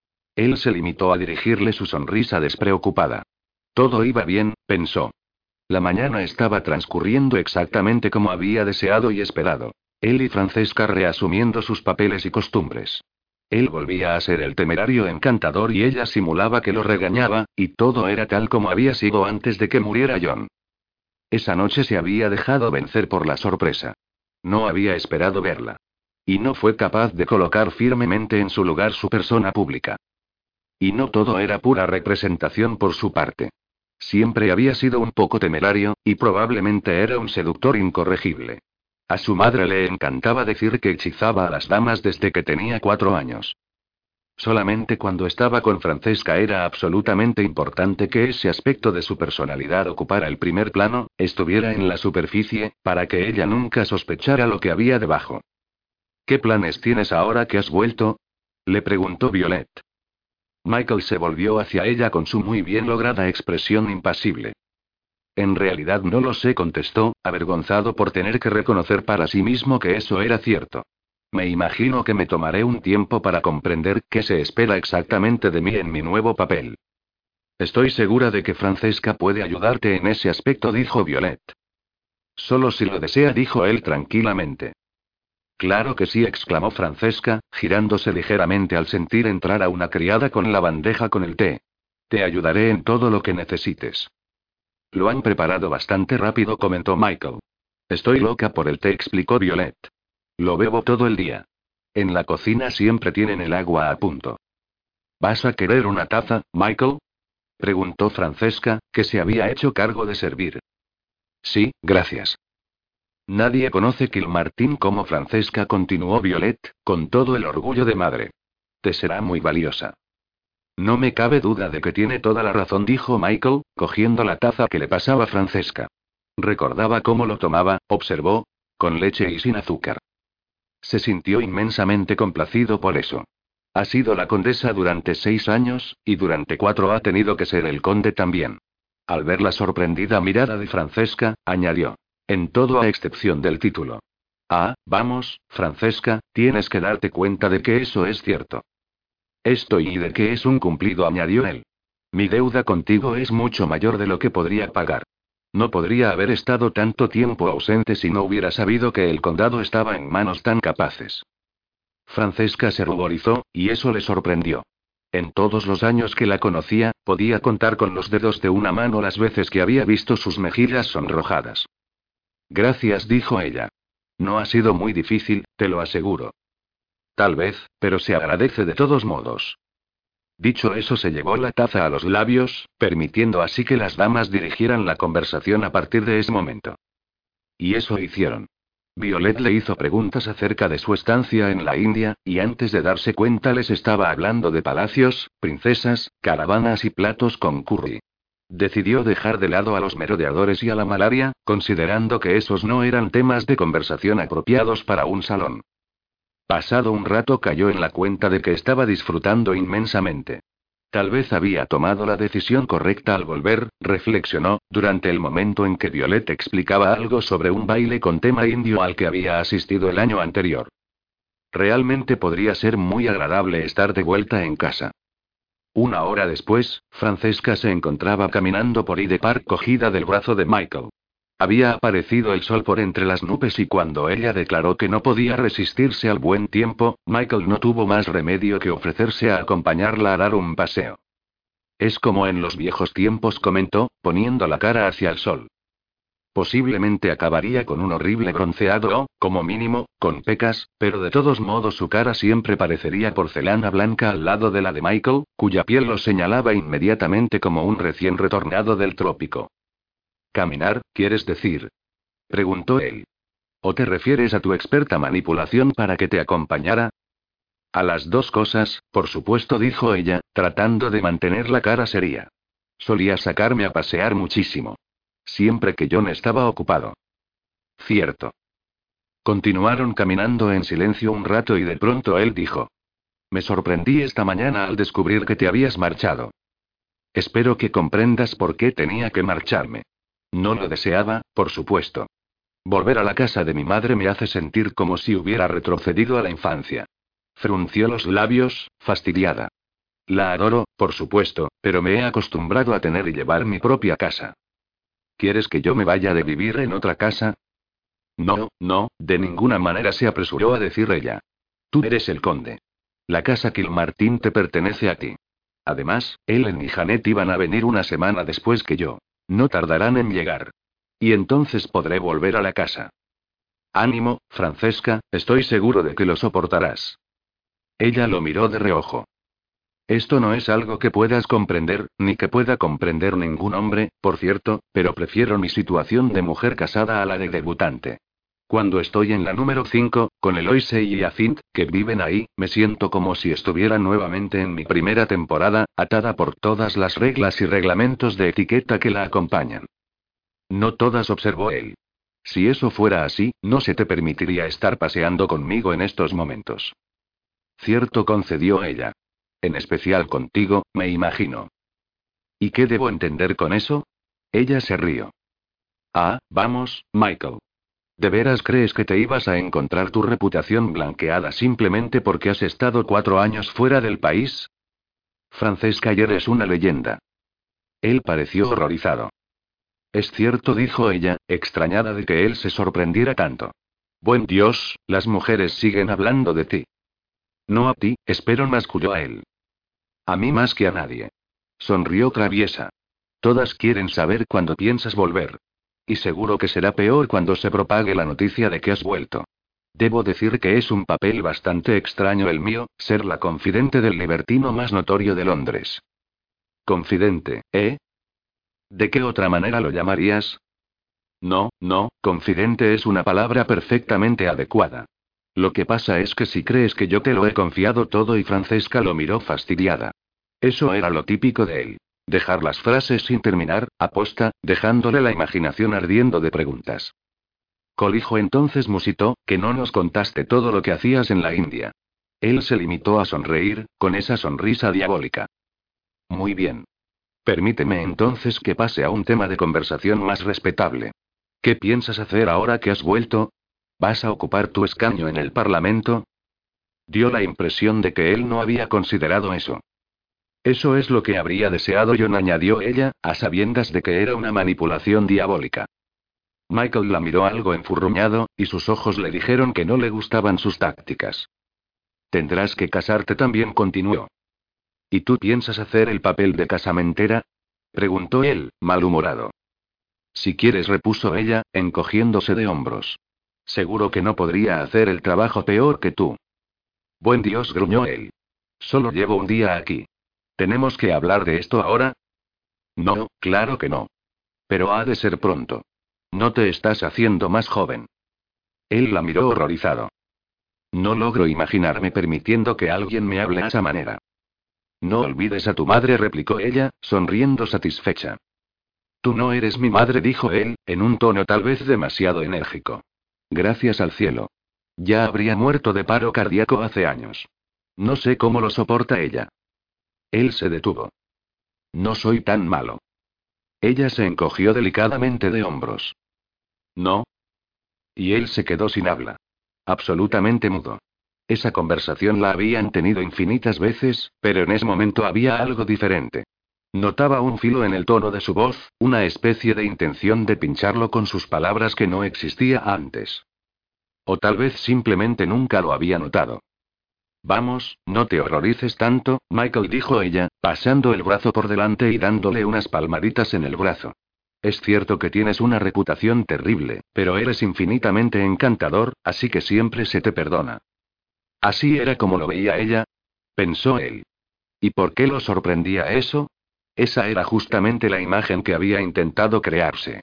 Él se limitó a dirigirle su sonrisa despreocupada. Todo iba bien, pensó. La mañana estaba transcurriendo exactamente como había deseado y esperado. Él y Francesca reasumiendo sus papeles y costumbres. Él volvía a ser el temerario encantador y ella simulaba que lo regañaba, y todo era tal como había sido antes de que muriera John. Esa noche se había dejado vencer por la sorpresa. No había esperado verla. Y no fue capaz de colocar firmemente en su lugar su persona pública. Y no todo era pura representación por su parte. Siempre había sido un poco temerario, y probablemente era un seductor incorregible. A su madre le encantaba decir que hechizaba a las damas desde que tenía cuatro años. Solamente cuando estaba con Francesca era absolutamente importante que ese aspecto de su personalidad ocupara el primer plano, estuviera en la superficie, para que ella nunca sospechara lo que había debajo. ¿Qué planes tienes ahora que has vuelto? Le preguntó Violet. Michael se volvió hacia ella con su muy bien lograda expresión impasible. En realidad no lo sé, contestó, avergonzado por tener que reconocer para sí mismo que eso era cierto. Me imagino que me tomaré un tiempo para comprender qué se espera exactamente de mí en mi nuevo papel. Estoy segura de que Francesca puede ayudarte en ese aspecto, dijo Violet. Solo si lo desea, dijo él tranquilamente. Claro que sí, exclamó Francesca, girándose ligeramente al sentir entrar a una criada con la bandeja con el té. Te ayudaré en todo lo que necesites. Lo han preparado bastante rápido, comentó Michael. Estoy loca por el té, explicó Violet. Lo bebo todo el día. En la cocina siempre tienen el agua a punto. ¿Vas a querer una taza, Michael? Preguntó Francesca, que se había hecho cargo de servir. Sí, gracias. Nadie conoce Kilmartin como Francesca, continuó Violet, con todo el orgullo de madre. Te será muy valiosa. No me cabe duda de que tiene toda la razón, dijo Michael, cogiendo la taza que le pasaba Francesca. Recordaba cómo lo tomaba, observó, con leche y sin azúcar. Se sintió inmensamente complacido por eso. Ha sido la condesa durante seis años, y durante cuatro ha tenido que ser el conde también. Al ver la sorprendida mirada de Francesca, añadió. En todo a excepción del título. Ah, vamos, Francesca, tienes que darte cuenta de que eso es cierto. Esto y de que es un cumplido, añadió él. Mi deuda contigo es mucho mayor de lo que podría pagar. No podría haber estado tanto tiempo ausente si no hubiera sabido que el condado estaba en manos tan capaces. Francesca se ruborizó, y eso le sorprendió. En todos los años que la conocía, podía contar con los dedos de una mano las veces que había visto sus mejillas sonrojadas. Gracias, dijo ella. No ha sido muy difícil, te lo aseguro. Tal vez, pero se agradece de todos modos. Dicho eso, se llevó la taza a los labios, permitiendo así que las damas dirigieran la conversación a partir de ese momento. Y eso hicieron. Violet le hizo preguntas acerca de su estancia en la India, y antes de darse cuenta les estaba hablando de palacios, princesas, caravanas y platos con curry. Decidió dejar de lado a los merodeadores y a la malaria, considerando que esos no eran temas de conversación apropiados para un salón. Pasado un rato cayó en la cuenta de que estaba disfrutando inmensamente. Tal vez había tomado la decisión correcta al volver, reflexionó, durante el momento en que Violet explicaba algo sobre un baile con tema indio al que había asistido el año anterior. Realmente podría ser muy agradable estar de vuelta en casa. Una hora después, Francesca se encontraba caminando por Hyde Park cogida del brazo de Michael. Había aparecido el sol por entre las nubes y cuando ella declaró que no podía resistirse al buen tiempo, Michael no tuvo más remedio que ofrecerse a acompañarla a dar un paseo. Es como en los viejos tiempos, comentó, poniendo la cara hacia el sol. Posiblemente acabaría con un horrible bronceado o, como mínimo, con pecas, pero de todos modos su cara siempre parecería porcelana blanca al lado de la de Michael, cuya piel lo señalaba inmediatamente como un recién retornado del trópico. ¿Caminar, quieres decir? Preguntó él. ¿O te refieres a tu experta manipulación para que te acompañara? A las dos cosas, por supuesto, dijo ella, tratando de mantener la cara seria. Solía sacarme a pasear muchísimo. Siempre que John estaba ocupado. Cierto. Continuaron caminando en silencio un rato y de pronto él dijo. Me sorprendí esta mañana al descubrir que te habías marchado. Espero que comprendas por qué tenía que marcharme. No lo deseaba, por supuesto. Volver a la casa de mi madre me hace sentir como si hubiera retrocedido a la infancia. Frunció los labios, fastidiada. La adoro, por supuesto, pero me he acostumbrado a tener y llevar mi propia casa. ¿Quieres que yo me vaya de vivir en otra casa? No, no, de ninguna manera, se apresuró a decir ella. Tú eres el conde. La casa Kilmartin te pertenece a ti. Además, Ellen y Janet iban a venir una semana después que yo. No tardarán en llegar. Y entonces podré volver a la casa. Ánimo, Francesca, estoy seguro de que lo soportarás. Ella lo miró de reojo. Esto no es algo que puedas comprender, ni que pueda comprender ningún hombre, por cierto, pero prefiero mi situación de mujer casada a la de debutante. Cuando estoy en la número cinco, con Eloise y Hyacinthe, que viven ahí, me siento como si estuviera nuevamente en mi primera temporada, atada por todas las reglas y reglamentos de etiqueta que la acompañan. No todas, observó él. Si eso fuera así, no se te permitiría estar paseando conmigo en estos momentos. Cierto, concedió ella. En especial contigo, me imagino. ¿Y qué debo entender con eso? Ella se rió. Ah, vamos, Michael. ¿De veras crees que te ibas a encontrar tu reputación blanqueada simplemente porque has estado cuatro años fuera del país? Francesca, eres una leyenda. Él pareció horrorizado. Es cierto, dijo ella, extrañada de que él se sorprendiera tanto. Buen Dios, las mujeres siguen hablando de ti. No a ti, espero, masculló a él. A mí más que a nadie. Sonrió traviesa. Todas quieren saber cuándo piensas volver. Y seguro que será peor cuando se propague la noticia de que has vuelto. Debo decir que es un papel bastante extraño el mío, ser la confidente del libertino más notorio de Londres. Confidente, ¿eh? ¿De qué otra manera lo llamarías? No, no, confidente es una palabra perfectamente adecuada. Lo que pasa es que si crees que yo te lo he confiado todo, y Francesca lo miró fastidiada. Eso era lo típico de él. Dejar las frases sin terminar, aposta, dejándole la imaginación ardiendo de preguntas. Colijo entonces musitó, que no nos contaste todo lo que hacías en la India. Él se limitó a sonreír, con esa sonrisa diabólica. Muy bien. Permíteme entonces que pase a un tema de conversación más respetable. ¿Qué piensas hacer ahora que has vuelto? ¿Vas a ocupar tu escaño en el Parlamento? Dio la impresión de que él no había considerado eso. Eso es lo que habría deseado yo, añadió ella, a sabiendas de que era una manipulación diabólica. Michael la miró algo enfurruñado, y sus ojos le dijeron que no le gustaban sus tácticas. Tendrás que casarte también, continuó. ¿Y tú piensas hacer el papel de casamentera? Preguntó él, malhumorado. Si quieres, repuso ella, encogiéndose de hombros. Seguro que no podría hacer el trabajo peor que tú. Buen Dios, gruñó él. Solo llevo un día aquí. ¿Tenemos que hablar de esto ahora? No, claro que no. Pero ha de ser pronto. No te estás haciendo más joven. Él la miró horrorizado. No logro imaginarme permitiendo que alguien me hable de esa manera. No olvides a tu madre, replicó ella, sonriendo satisfecha. Tú no eres mi madre, dijo él, en un tono tal vez demasiado enérgico. Gracias al cielo. Ya habría muerto de paro cardíaco hace años. No sé cómo lo soporta ella. Él se detuvo. No soy tan malo. Ella se encogió delicadamente de hombros. No. Y él se quedó sin habla. Absolutamente mudo. Esa conversación la habían tenido infinitas veces, pero en ese momento había algo diferente. Notaba un filo en el tono de su voz, una especie de intención de pincharlo con sus palabras que no existía antes. O tal vez simplemente nunca lo había notado. Vamos, no te horrorices tanto, Michael, dijo ella, pasando el brazo por delante y dándole unas palmaditas en el brazo. Es cierto que tienes una reputación terrible, pero eres infinitamente encantador, así que siempre se te perdona. Así era como lo veía ella, pensó él. ¿Y por qué lo sorprendía eso? Esa era justamente la imagen que había intentado crearse.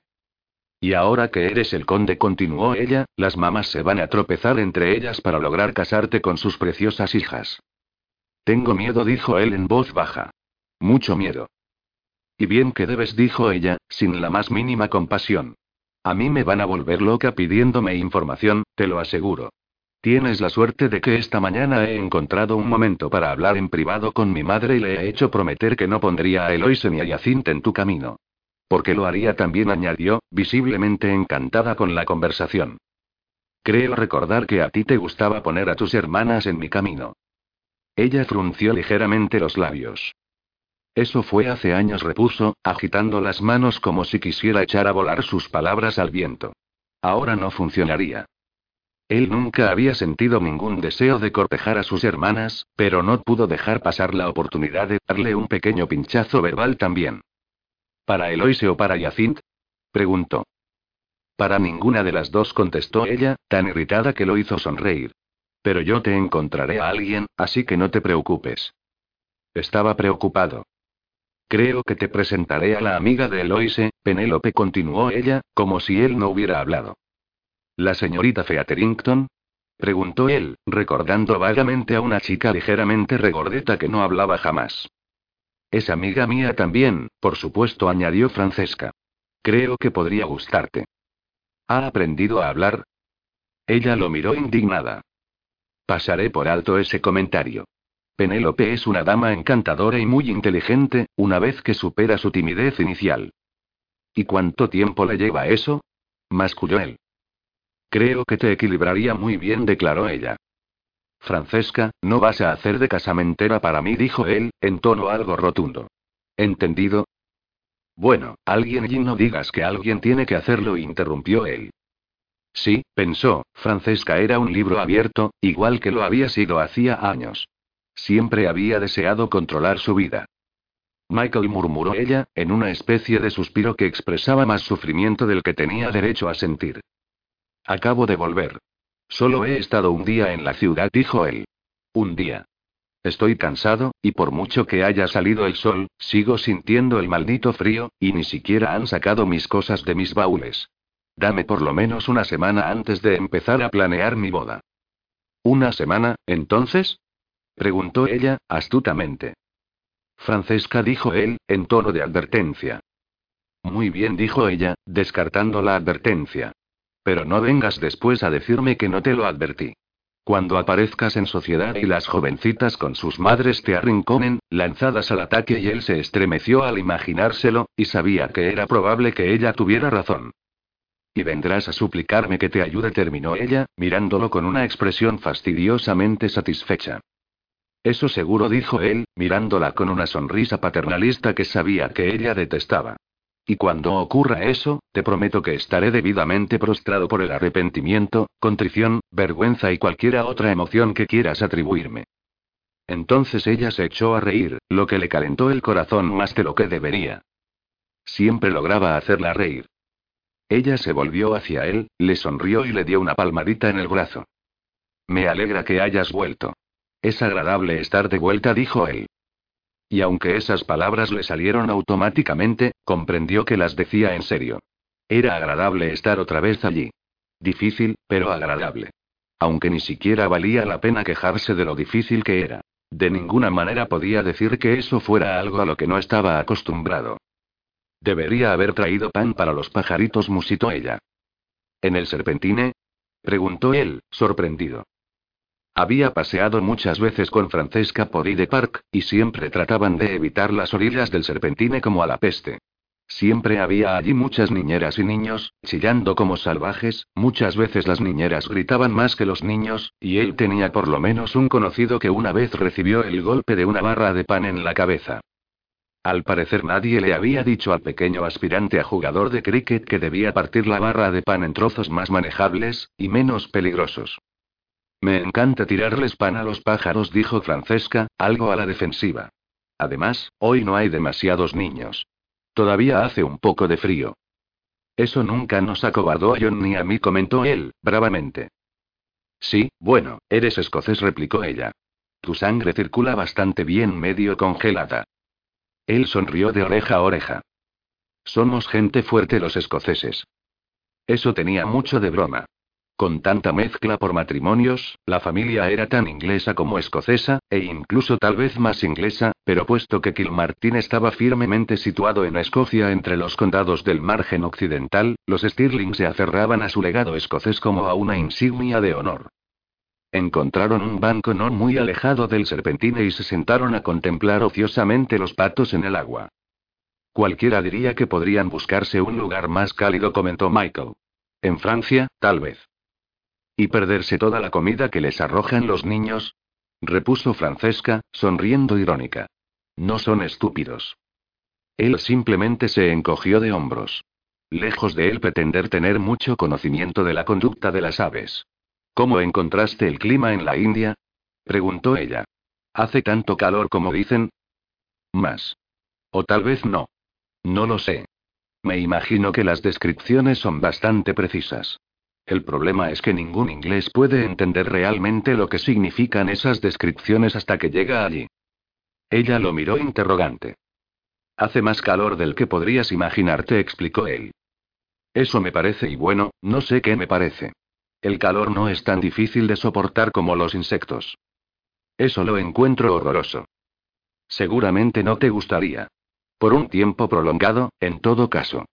Y ahora que eres el conde, continuó ella, las mamás se van a tropezar entre ellas para lograr casarte con sus preciosas hijas. Tengo miedo, dijo él en voz baja. Mucho miedo. Y bien que debes, dijo ella, sin la más mínima compasión. A mí me van a volver loca pidiéndome información, te lo aseguro. Tienes la suerte de que esta mañana he encontrado un momento para hablar en privado con mi madre y le he hecho prometer que no pondría a Eloise ni a Jacinta en tu camino. Porque lo haría también, añadió, visiblemente encantada con la conversación. Creo recordar que a ti te gustaba poner a tus hermanas en mi camino. Ella frunció ligeramente los labios. Eso fue hace años, repuso, agitando las manos como si quisiera echar a volar sus palabras al viento. Ahora no funcionaría. Él nunca había sentido ningún deseo de cortejar a sus hermanas, pero no pudo dejar pasar la oportunidad de darle un pequeño pinchazo verbal también. ¿Para Eloise o para Jacinta? Preguntó. Para ninguna de las dos, contestó ella, tan irritada que lo hizo sonreír. Pero yo te encontraré a alguien, así que no te preocupes. Estaba preocupado. Creo que te presentaré a la amiga de Eloise, Penélope, continuó ella, como si él no hubiera hablado. ¿La señorita Featherington? Preguntó él, recordando vagamente a una chica ligeramente regordeta que no hablaba jamás. Es amiga mía también, por supuesto, añadió Francesca. Creo que podría gustarte. ¿Ha aprendido a hablar? Ella lo miró indignada. Pasaré por alto ese comentario. Penélope es una dama encantadora y muy inteligente, una vez que supera su timidez inicial. ¿Y cuánto tiempo le lleva eso? Masculló él. Creo que te equilibraría muy bien, declaró ella. Francesca, no vas a hacer de casamentera para mí, dijo él, en tono algo rotundo. ¿Entendido? Bueno, alguien, y no digas que alguien tiene que hacerlo, interrumpió él. Sí, pensó, Francesca era un libro abierto, igual que lo había sido hacía años. Siempre había deseado controlar su vida. Michael, murmuró ella, en una especie de suspiro que expresaba más sufrimiento del que tenía derecho a sentir. Acabo de volver. Solo he estado un día en la ciudad, dijo él. Un día. Estoy cansado, y por mucho que haya salido el sol, sigo sintiendo el maldito frío, y ni siquiera han sacado mis cosas de mis baúles. Dame por lo menos una semana antes de empezar a planear mi boda. ¿Una semana, entonces? Preguntó ella, astutamente. Francesca, dijo él, en tono de advertencia. Muy bien, dijo ella, descartando la advertencia. Pero no vengas después a decirme que no te lo advertí. Cuando aparezcas en sociedad y las jovencitas con sus madres te arrinconen, lanzadas al ataque, y él se estremeció al imaginárselo, y sabía que era probable que ella tuviera razón. Y vendrás a suplicarme que te ayude, terminó ella, mirándolo con una expresión fastidiosamente satisfecha. Eso seguro, dijo él, mirándola con una sonrisa paternalista que sabía que ella detestaba. Y cuando ocurra eso, te prometo que estaré debidamente prostrado por el arrepentimiento, contrición, vergüenza y cualquier otra emoción que quieras atribuirme. Entonces ella se echó a reír, lo que le calentó el corazón más de lo que debería. Siempre lograba hacerla reír. Ella se volvió hacia él, le sonrió y le dio una palmadita en el brazo. Me alegra que hayas vuelto. Es agradable estar de vuelta, dijo él. Y aunque esas palabras le salieron automáticamente, comprendió que las decía en serio. Era agradable estar otra vez allí. Difícil, pero agradable. Aunque ni siquiera valía la pena quejarse de lo difícil que era. De ninguna manera podía decir que eso fuera algo a lo que no estaba acostumbrado. Debería haber traído pan para los pajaritos, musitó ella. ¿En el Serpentine? Preguntó él, sorprendido. Había paseado muchas veces con Francesca por Hyde Park, y siempre trataban de evitar las orillas del Serpentine como a la peste. Siempre había allí muchas niñeras y niños, chillando como salvajes, muchas veces las niñeras gritaban más que los niños, y él tenía por lo menos un conocido que una vez recibió el golpe de una barra de pan en la cabeza. Al parecer nadie le había dicho al pequeño aspirante a jugador de cricket que debía partir la barra de pan en trozos más manejables, y menos peligrosos. Me encanta tirarles pan a los pájaros, dijo Francesca, algo a la defensiva. Además, hoy no hay demasiados niños. Todavía hace un poco de frío. Eso nunca nos acobardó a John ni a mí, comentó él, bravamente. Sí, bueno, eres escocés, replicó ella. Tu sangre circula bastante bien medio congelada. Él sonrió de oreja a oreja. Somos gente fuerte los escoceses. Eso tenía mucho de broma. Con tanta mezcla por matrimonios, la familia era tan inglesa como escocesa, e incluso tal vez más inglesa, pero puesto que Kilmartin estaba firmemente situado en Escocia entre los condados del margen occidental, los Stirling se aferraban a su legado escocés como a una insignia de honor. Encontraron un banco no muy alejado del Serpentine y se sentaron a contemplar ociosamente los patos en el agua. Cualquiera diría que podrían buscarse un lugar más cálido, comentó Michael. En Francia, tal vez. ¿Y perderse toda la comida que les arrojan los niños? Repuso Francesca, sonriendo irónica. No son estúpidos. Él simplemente se encogió de hombros. Lejos de él pretender tener mucho conocimiento de la conducta de las aves. ¿Cómo encontraste el clima en la India? Preguntó ella. ¿Hace tanto calor como dicen? Más. O tal vez no. No lo sé. Me imagino que las descripciones son bastante precisas. El problema es que ningún inglés puede entender realmente lo que significan esas descripciones hasta que llega allí. Ella lo miró interrogante. Hace más calor del que podrías imaginarte, explicó él. Eso me parece, y bueno, no sé qué me parece. El calor no es tan difícil de soportar como los insectos. Eso lo encuentro horroroso. Seguramente no te gustaría. Por un tiempo prolongado, en todo caso.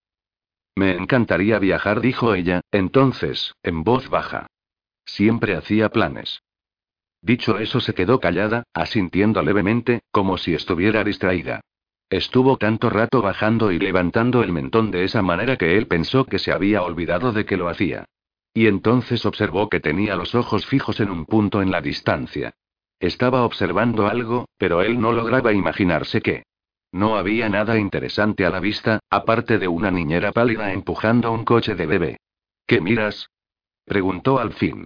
Me encantaría viajar, dijo ella, entonces, en voz baja. Siempre hacía planes. Dicho eso, se quedó callada, asintiendo levemente, como si estuviera distraída. Estuvo tanto rato bajando y levantando el mentón de esa manera que él pensó que se había olvidado de que lo hacía. Y entonces observó que tenía los ojos fijos en un punto en la distancia. Estaba observando algo, pero él no lograba imaginarse qué. No había nada interesante a la vista, aparte de una niñera pálida empujando un coche de bebé. ¿Qué miras? Preguntó al fin.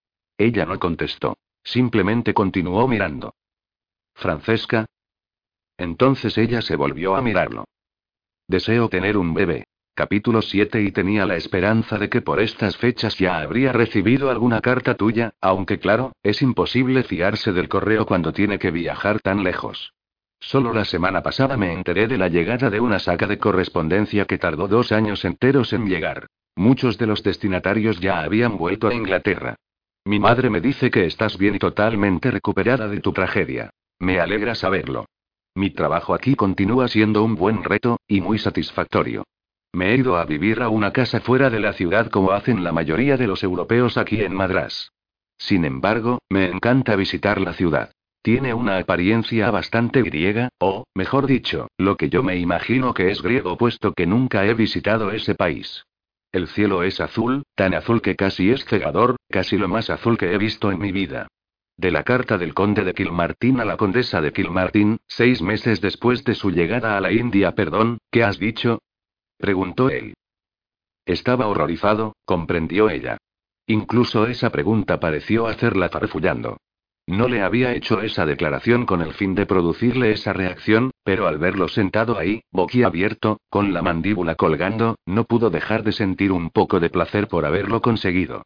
Ella no contestó. Simplemente continuó mirando. ¿Francesca? Entonces ella se volvió a mirarlo. Deseo tener un bebé. Capítulo siete. Y tenía la esperanza de que por estas fechas ya habría recibido alguna carta tuya, aunque claro, es imposible fiarse del correo cuando tiene que viajar tan lejos. Solo la semana pasada me enteré de la llegada de una saca de correspondencia que tardó dos años enteros en llegar. Muchos de los destinatarios ya habían vuelto a Inglaterra. Mi madre me dice que estás bien y totalmente recuperada de tu tragedia. Me alegra saberlo. Mi trabajo aquí continúa siendo un buen reto, y muy satisfactorio. Me he ido a vivir a una casa fuera de la ciudad como hacen la mayoría de los europeos aquí en Madrás. Sin embargo, me encanta visitar la ciudad. Tiene una apariencia bastante griega, o, mejor dicho, lo que yo me imagino que es griego puesto que nunca he visitado ese país. El cielo es azul, tan azul que casi es cegador, casi lo más azul que he visto en mi vida. De la carta del conde de Kilmartin a la condesa de Kilmartin, seis meses después de su llegada a la India, perdón, ¿qué has dicho?, preguntó él. Estaba horrorizado, comprendió ella. Incluso esa pregunta pareció hacerla farfullando. No le había hecho esa declaración con el fin de producirle esa reacción, pero al verlo sentado ahí, boquiabierto, con la mandíbula colgando, no pudo dejar de sentir un poco de placer por haberlo conseguido.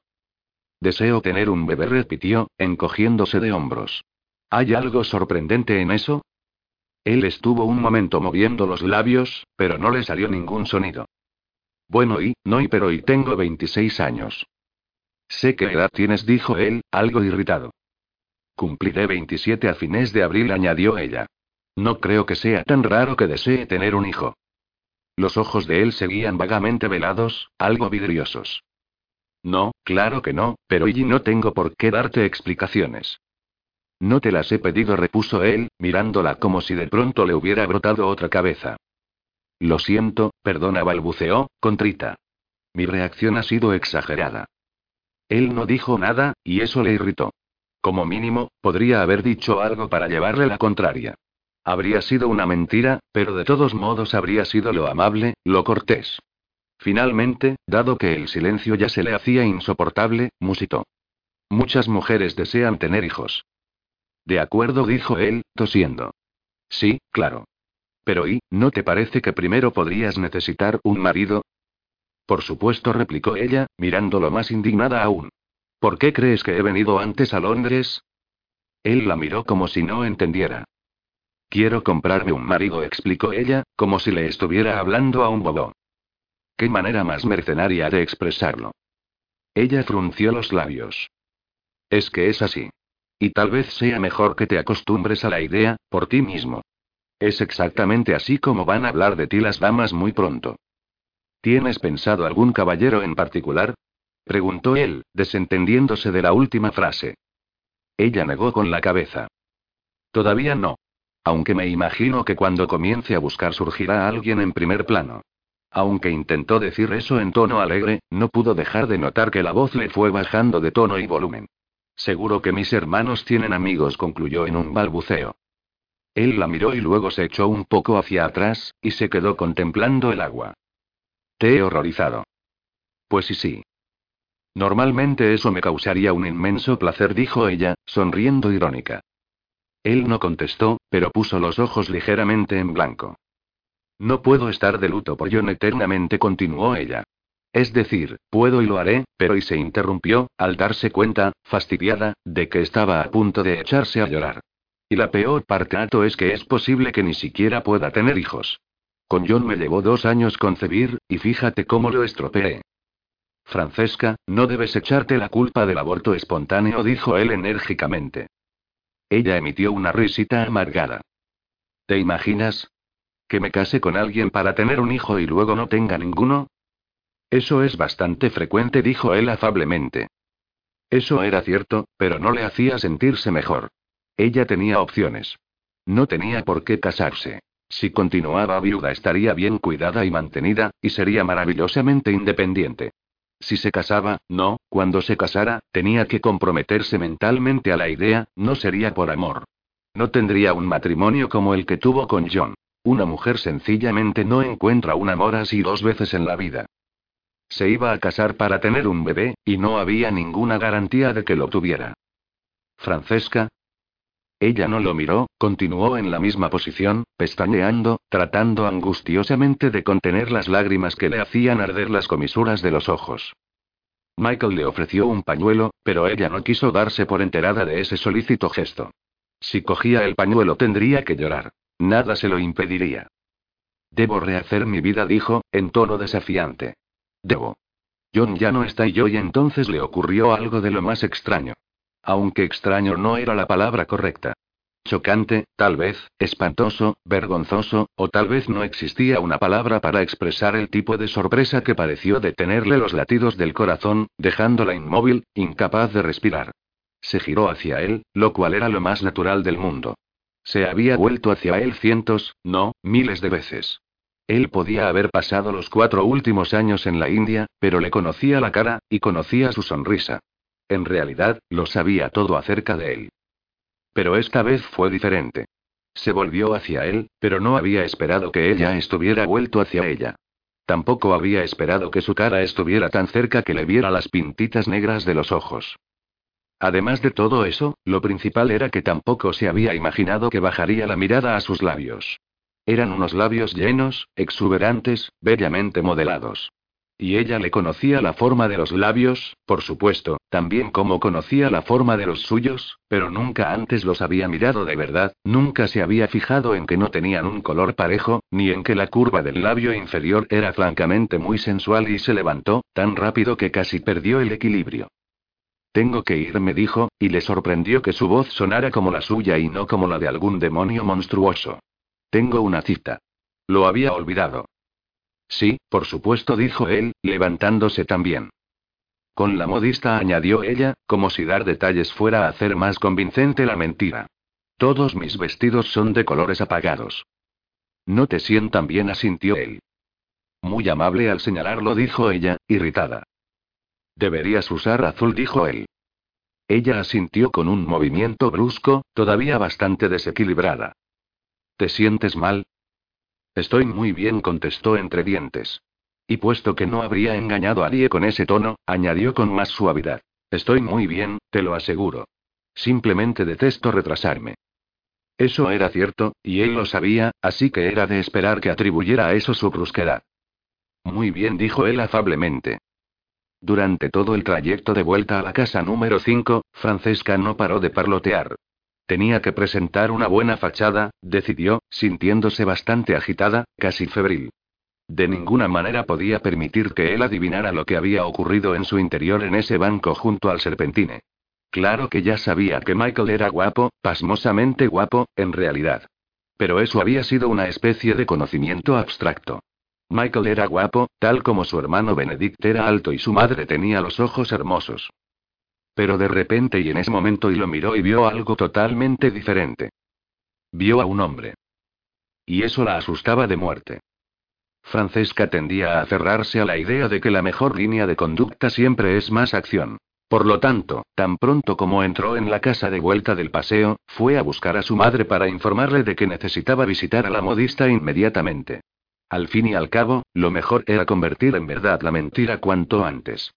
Deseo tener un bebé, repitió, encogiéndose de hombros. ¿Hay algo sorprendente en eso? Él estuvo un momento moviendo los labios, pero no le salió ningún sonido. Bueno, y, no y pero y tengo veintiséis años. Sé qué edad tienes, dijo él, algo irritado. Cumpliré veintisiete a fines de abril, añadió ella. No creo que sea tan raro que desee tener un hijo. Los ojos de él seguían vagamente velados, algo vidriosos. No, claro que no, pero y no tengo por qué darte explicaciones. No te las he pedido, repuso él, mirándola como si de pronto le hubiera brotado otra cabeza. Lo siento, perdona, balbuceó, contrita. Mi reacción ha sido exagerada. Él no dijo nada, y eso le irritó. Como mínimo, podría haber dicho algo para llevarle la contraria. Habría sido una mentira, pero de todos modos habría sido lo amable, lo cortés. Finalmente, dado que el silencio ya se le hacía insoportable, musitó. Muchas mujeres desean tener hijos. De acuerdo, dijo él, tosiendo. Sí, claro. Pero ¿y, no te parece que primero podrías necesitar un marido? Por supuesto, replicó ella, mirándolo más indignada aún. ¿Por qué crees que he venido antes a Londres? Él la miró como si no entendiera. Quiero comprarme un marido, explicó ella, como si le estuviera hablando a un bobo. ¿Qué manera más mercenaria de expresarlo? Ella frunció los labios. Es que es así. Y tal vez sea mejor que te acostumbres a la idea, por ti mismo. Es exactamente así como van a hablar de ti las damas muy pronto. ¿Tienes pensado algún caballero en particular?, preguntó él, desentendiéndose de la última frase. Ella negó con la cabeza. Todavía no. Aunque me imagino que cuando comience a buscar surgirá alguien en primer plano. Aunque intentó decir eso en tono alegre, no pudo dejar de notar que la voz le fue bajando de tono y volumen. Seguro que mis hermanos tienen amigos, concluyó en un balbuceo. Él la miró y luego se echó un poco hacia atrás, y se quedó contemplando el agua. Te he horrorizado. Pues sí, sí. Normalmente eso me causaría un inmenso placer, dijo ella, sonriendo irónica. Él no contestó, pero puso los ojos ligeramente en blanco. No puedo estar de luto por John eternamente, continuó ella. Es decir, puedo y lo haré, pero y se interrumpió, al darse cuenta, fastidiada, de que estaba a punto de echarse a llorar. Y la peor parte, Ato, es que es posible que ni siquiera pueda tener hijos. Con John me llevó dos años concebir, y fíjate cómo lo estropeé. Francesca, no debes echarte la culpa del aborto espontáneo, dijo él enérgicamente. Ella emitió una risita amargada. ¿Te imaginas? ¿Que me case con alguien para tener un hijo y luego no tenga ninguno? Eso es bastante frecuente, dijo él afablemente. Eso era cierto, pero no le hacía sentirse mejor. Ella tenía opciones. No tenía por qué casarse. Si continuaba viuda estaría bien cuidada y mantenida, y sería maravillosamente independiente. Si se casaba, no, cuando se casara, tenía que comprometerse mentalmente a la idea, no sería por amor. No tendría un matrimonio como el que tuvo con John. Una mujer sencillamente no encuentra un amor así dos veces en la vida. Se iba a casar para tener un bebé, y no había ninguna garantía de que lo tuviera. Francesca. Ella no lo miró, continuó en la misma posición, pestañeando, tratando angustiosamente de contener las lágrimas que le hacían arder las comisuras de los ojos. Michael le ofreció un pañuelo, pero ella no quiso darse por enterada de ese solícito gesto. Si cogía el pañuelo tendría que llorar. Nada se lo impediría. Debo rehacer mi vida, dijo, en tono desafiante. Debo. John ya no está y yo y entonces le ocurrió algo de lo más extraño. Aunque extraño no era la palabra correcta. Chocante, tal vez, espantoso, vergonzoso, o tal vez no existía una palabra para expresar el tipo de sorpresa que pareció detenerle los latidos del corazón, dejándola inmóvil, incapaz de respirar. Se giró hacia él, lo cual era lo más natural del mundo. Se había vuelto hacia él cientos, no, miles de veces. Él podía haber pasado los cuatro últimos años en la India, pero le conocía la cara, y conocía su sonrisa. En realidad, lo sabía todo acerca de él. Pero esta vez fue diferente. Se volvió hacia él, pero no había esperado que ella estuviera vuelto hacia ella. Tampoco había esperado que su cara estuviera tan cerca que le viera las pintitas negras de los ojos. Además de todo eso, lo principal era que tampoco se había imaginado que bajaría la mirada a sus labios. Eran unos labios llenos, exuberantes, bellamente modelados. Y ella le conocía la forma de los labios, por supuesto, también como conocía la forma de los suyos, pero nunca antes los había mirado de verdad, nunca se había fijado en que no tenían un color parejo, ni en que la curva del labio inferior era francamente muy sensual y se levantó, tan rápido que casi perdió el equilibrio. Tengo que irme, dijo, y le sorprendió que su voz sonara como la suya y no como la de algún demonio monstruoso. Tengo una cita. Lo había olvidado. Sí, por supuesto, dijo él, levantándose también. Con la modista, añadió ella, como si dar detalles fuera a hacer más convincente la mentira. Todos mis vestidos son de colores apagados. No te sientan bien, asintió él. Muy amable al señalarlo, dijo ella, irritada. Deberías usar azul, dijo él. Ella asintió con un movimiento brusco, todavía bastante desequilibrada. ¿Te sientes mal? Estoy muy bien, contestó entre dientes. Y puesto que no habría engañado a nadie con ese tono, añadió con más suavidad. Estoy muy bien, te lo aseguro. Simplemente detesto retrasarme. Eso era cierto, y él lo sabía, así que era de esperar que atribuyera a eso su brusquedad. Muy bien, dijo él afablemente. Durante todo el trayecto de vuelta a la casa número cinco, Francesca no paró de parlotear. Tenía que presentar una buena fachada, decidió, sintiéndose bastante agitada, casi febril. De ninguna manera podía permitir que él adivinara lo que había ocurrido en su interior en ese banco junto al serpentine. Claro que ya sabía que Michael era guapo, pasmosamente guapo, en realidad. Pero eso había sido una especie de conocimiento abstracto. Michael era guapo, tal como su hermano Benedict era alto y su madre tenía los ojos hermosos. Pero de repente y en ese momento y lo miró y vio algo totalmente diferente. Vio a un hombre. Y eso la asustaba de muerte. Francesca tendía a aferrarse a la idea de que la mejor línea de conducta siempre es más acción. Por lo tanto, tan pronto como entró en la casa de vuelta del paseo, fue a buscar a su madre para informarle de que necesitaba visitar a la modista inmediatamente. Al fin y al cabo, lo mejor era convertir en verdad la mentira cuanto antes.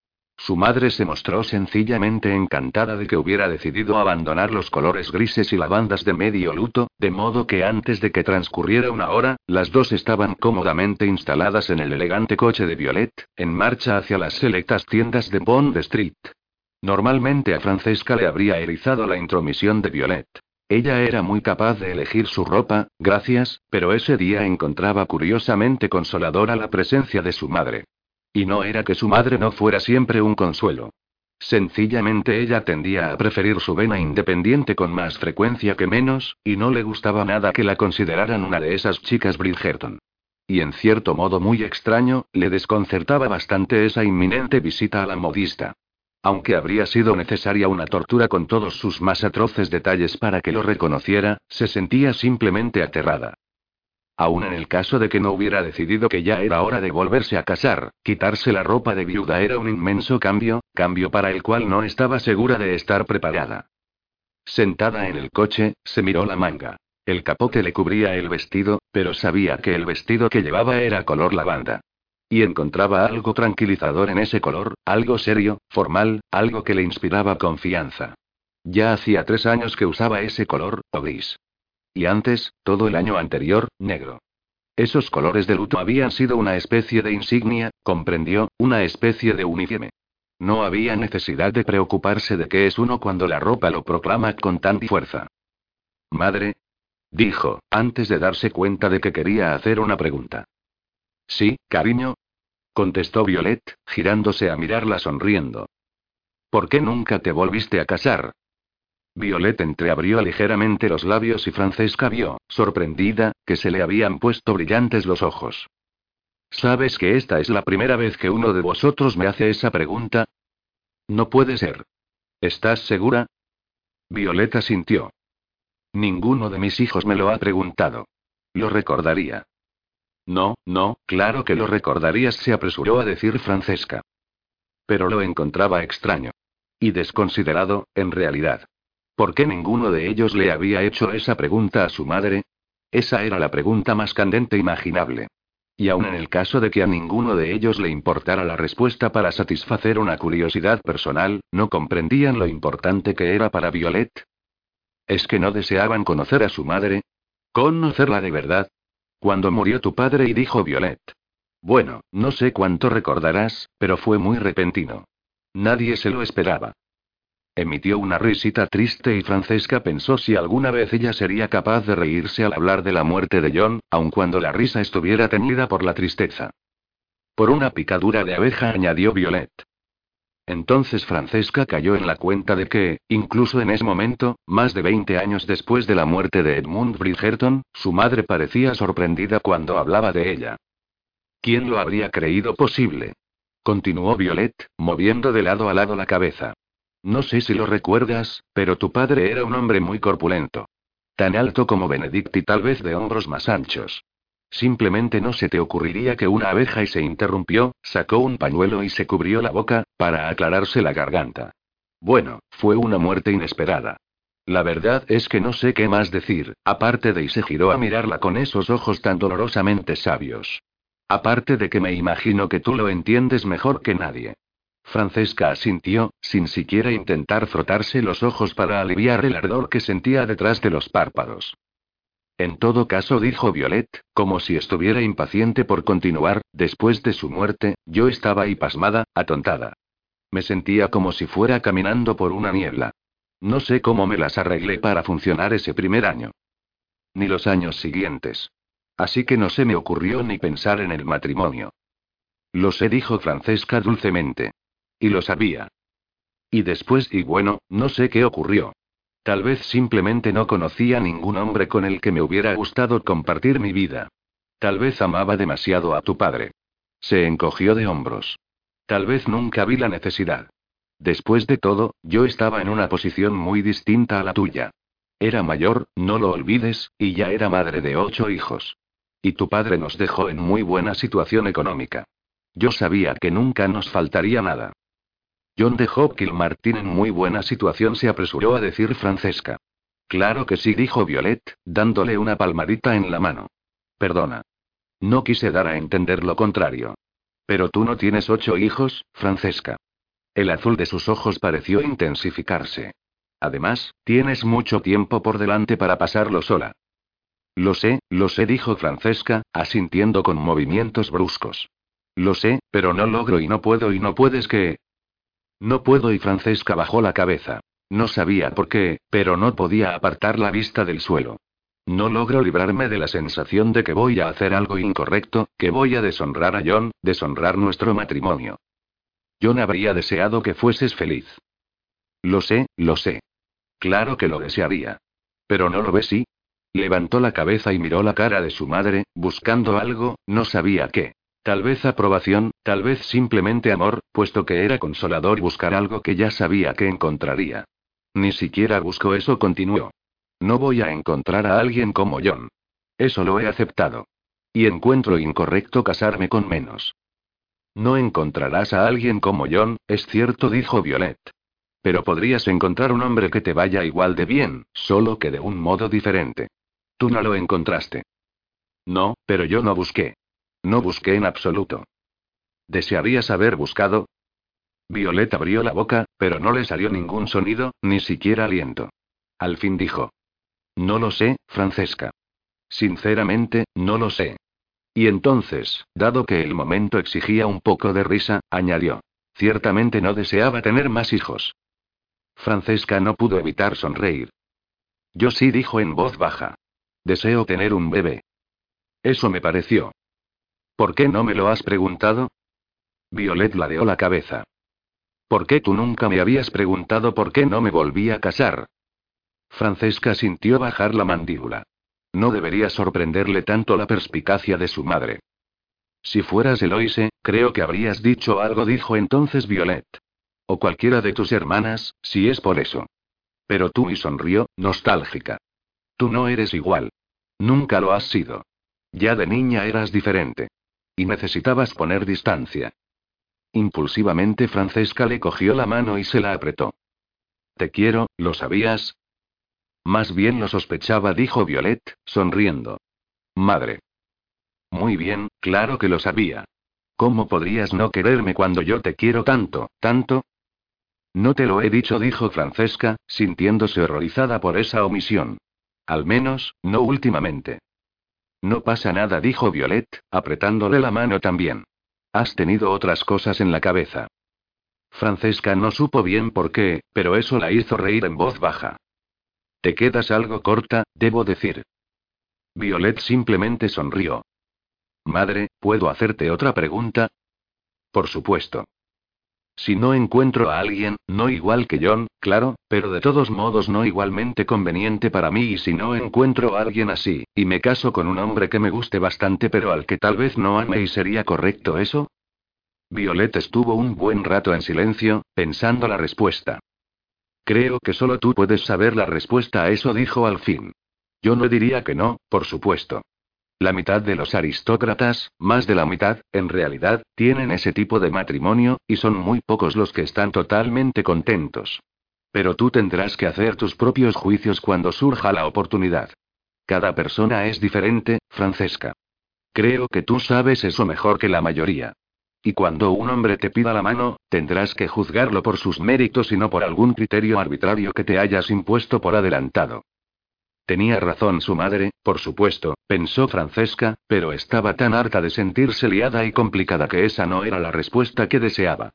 Su madre se mostró sencillamente encantada de que hubiera decidido abandonar los colores grises y lavandas de medio luto, de modo que antes de que transcurriera una hora, las dos estaban cómodamente instaladas en el elegante coche de Violet, en marcha hacia las selectas tiendas de Bond Street. Normalmente a Francesca le habría erizado la intromisión de Violet. Ella era muy capaz de elegir su ropa, gracias, pero ese día encontraba curiosamente consoladora la presencia de su madre. Y no era que su madre no fuera siempre un consuelo. Sencillamente ella tendía a preferir su vena independiente con más frecuencia que menos, y no le gustaba nada que la consideraran una de esas chicas Bridgerton. Y en cierto modo muy extraño, le desconcertaba bastante esa inminente visita a la modista. Aunque habría sido necesaria una tortura con todos sus más atroces detalles para que lo reconociera, se sentía simplemente aterrada. Aún en el caso de que no hubiera decidido que ya era hora de volverse a casar, quitarse la ropa de viuda era un inmenso cambio, cambio para el cual no estaba segura de estar preparada. Sentada en el coche, se miró la manga. El capote le cubría el vestido, pero sabía que el vestido que llevaba era color lavanda. Y encontraba algo tranquilizador en ese color, algo serio, formal, algo que le inspiraba confianza. Ya hacía tres años que usaba ese color, o gris. Y antes, todo el año anterior, negro. Esos colores de luto habían sido una especie de insignia, comprendió, una especie de uniforme. No había necesidad de preocuparse de qué es uno cuando la ropa lo proclama con tanta fuerza. Madre, dijo, antes de darse cuenta de que quería hacer una pregunta. Sí, cariño. contestó Violet, girándose a mirarla sonriendo. ¿Por qué nunca te volviste a casar? Violet entreabrió ligeramente los labios y Francesca vio, sorprendida, que se le habían puesto brillantes los ojos. ¿Sabes que esta es la primera vez que uno de vosotros me hace esa pregunta? No puede ser. ¿Estás segura? Violeta sintió. Ninguno de mis hijos me lo ha preguntado. Lo recordaría. No, no, claro que lo recordarías, se apresuró a decir Francesca. Pero lo encontraba extraño. Y desconsiderado, en realidad. ¿Por qué ninguno de ellos le había hecho esa pregunta a su madre? Esa era la pregunta más candente imaginable. Y aun en el caso de que a ninguno de ellos le importara la respuesta para satisfacer una curiosidad personal, no comprendían lo importante que era para Violet. ¿Es que no deseaban conocer a su madre? ¿Conocerla de verdad? Cuando murió tu padre, y dijo Violet. Bueno, no sé cuánto recordarás, pero fue muy repentino. Nadie se lo esperaba. Emitió una risita triste y Francesca pensó si alguna vez ella sería capaz de reírse al hablar de la muerte de John, aun cuando la risa estuviera teñida por la tristeza. Por una picadura de abeja, añadió Violet. Entonces Francesca cayó en la cuenta de que, incluso en ese momento, más de veinte años después de la muerte de Edmund Bridgerton, su madre parecía sorprendida cuando hablaba de ella. ¿Quién lo habría creído posible? Continuó Violet, moviendo de lado a lado la cabeza. No sé si lo recuerdas, pero tu padre era un hombre muy corpulento. Tan alto como Benedict y tal vez de hombros más anchos. Simplemente no se te ocurriría que una abeja, y se interrumpió, sacó un pañuelo y se cubrió la boca, para aclararse la garganta. Bueno, fue una muerte inesperada. La verdad es que no sé qué más decir, aparte de, y se giró a mirarla con esos ojos tan dolorosamente sabios. Aparte de que me imagino que tú lo entiendes mejor que nadie. Francesca asintió, sin siquiera intentar frotarse los ojos para aliviar el ardor que sentía detrás de los párpados. En todo caso, dijo Violet, como si estuviera impaciente por continuar, después de su muerte, yo estaba ahí pasmada, atontada. Me sentía como si fuera caminando por una niebla. No sé cómo me las arreglé para funcionar ese primer año. Ni los años siguientes. Así que no se me ocurrió ni pensar en el matrimonio. Lo sé, dijo Francesca dulcemente. Y lo sabía. Y después, y bueno, no sé qué ocurrió. Tal vez simplemente no conocía ningún hombre con el que me hubiera gustado compartir mi vida. Tal vez amaba demasiado a tu padre. Se encogió de hombros. Tal vez nunca vi la necesidad. Después de todo, yo estaba en una posición muy distinta a la tuya. Era mayor, no lo olvides, y ya era madre de ocho hijos. Y tu padre nos dejó en muy buena situación económica. Yo sabía que nunca nos faltaría nada. John dejó que Martín en muy buena situación, se apresuró a decir Francesca. Claro que sí, dijo Violet, dándole una palmadita en la mano. Perdona. No quise dar a entender lo contrario. Pero tú no tienes ocho hijos, Francesca. El azul de sus ojos pareció intensificarse. Además, tienes mucho tiempo por delante para pasarlo sola. Lo sé, lo sé, dijo Francesca, asintiendo con movimientos bruscos. Lo sé, pero no logro y no puedo y no puedes que... No puedo, y Francesca bajó la cabeza. No sabía por qué, pero no podía apartar la vista del suelo. No logro librarme de la sensación de que voy a hacer algo incorrecto, que voy a deshonrar a John, deshonrar nuestro matrimonio. John habría deseado que fueses feliz. Lo sé, lo sé. Claro que lo desearía. Pero no lo ves, ¿sí? Levantó la cabeza y miró la cara de su madre, buscando algo, no sabía qué. Tal vez aprobación, tal vez simplemente amor, puesto que era consolador buscar algo que ya sabía que encontraría. Ni siquiera buscó eso, continuó. No voy a encontrar a alguien como John. Eso lo he aceptado. Y encuentro incorrecto casarme con menos. No encontrarás a alguien como John, es cierto, dijo Violet. Pero podrías encontrar un hombre que te vaya igual de bien, solo que de un modo diferente. Tú no lo encontraste. No, pero yo no busqué. No busqué en absoluto. ¿Desearías haber buscado? Violet abrió la boca, pero no le salió ningún sonido, ni siquiera aliento. Al fin dijo. No lo sé, Francesca. Sinceramente, no lo sé. Y entonces, dado que el momento exigía un poco de risa, añadió. Ciertamente no deseaba tener más hijos. Francesca no pudo evitar sonreír. Yo sí, dijo en voz baja. Deseo tener un bebé. Eso me pareció. ¿Por qué no me lo has preguntado? Violet ladeó la cabeza. ¿Por qué tú nunca me habías preguntado por qué no me volví a casar? Francesca sintió bajar la mandíbula. No debería sorprenderle tanto la perspicacia de su madre. Si fueras Eloise, creo que habrías dicho algo, dijo entonces Violet. O cualquiera de tus hermanas, si es por eso. Pero tú, y sonrió, nostálgica. Tú no eres igual. Nunca lo has sido. Ya de niña eras diferente. Y necesitabas poner distancia. Impulsivamente Francesca le cogió la mano y se la apretó. Te quiero, ¿lo sabías? Más bien lo sospechaba, dijo Violet, sonriendo. Madre. Muy bien, claro que lo sabía. ¿Cómo podrías no quererme cuando yo te quiero tanto, tanto? No te lo he dicho, dijo Francesca, sintiéndose horrorizada por esa omisión. Al menos, no últimamente. No pasa nada, dijo Violet, apretándole la mano también. Has tenido otras cosas en la cabeza. Francesca no supo bien por qué, pero eso la hizo reír en voz baja. Te quedas algo corta, debo decir. Violet simplemente sonrió. Madre, ¿puedo hacerte otra pregunta? Por supuesto. Si no encuentro a alguien, no igual que John, claro, pero de todos modos no igualmente conveniente para mí, y si no encuentro a alguien así, y me caso con un hombre que me guste bastante pero al que tal vez no ame, ¿y sería correcto eso? Violet estuvo un buen rato en silencio, pensando la respuesta. Creo que solo tú puedes saber la respuesta a eso, dijo al fin. Yo no diría que no, por supuesto. La mitad de los aristócratas, más de la mitad, en realidad, tienen ese tipo de matrimonio, y son muy pocos los que están totalmente contentos. Pero tú tendrás que hacer tus propios juicios cuando surja la oportunidad. Cada persona es diferente, Francesca. Creo que tú sabes eso mejor que la mayoría. Y cuando un hombre te pida la mano, tendrás que juzgarlo por sus méritos y no por algún criterio arbitrario que te hayas impuesto por adelantado. Tenía razón su madre, por supuesto, pensó Francesca, pero estaba tan harta de sentirse liada y complicada que esa no era la respuesta que deseaba.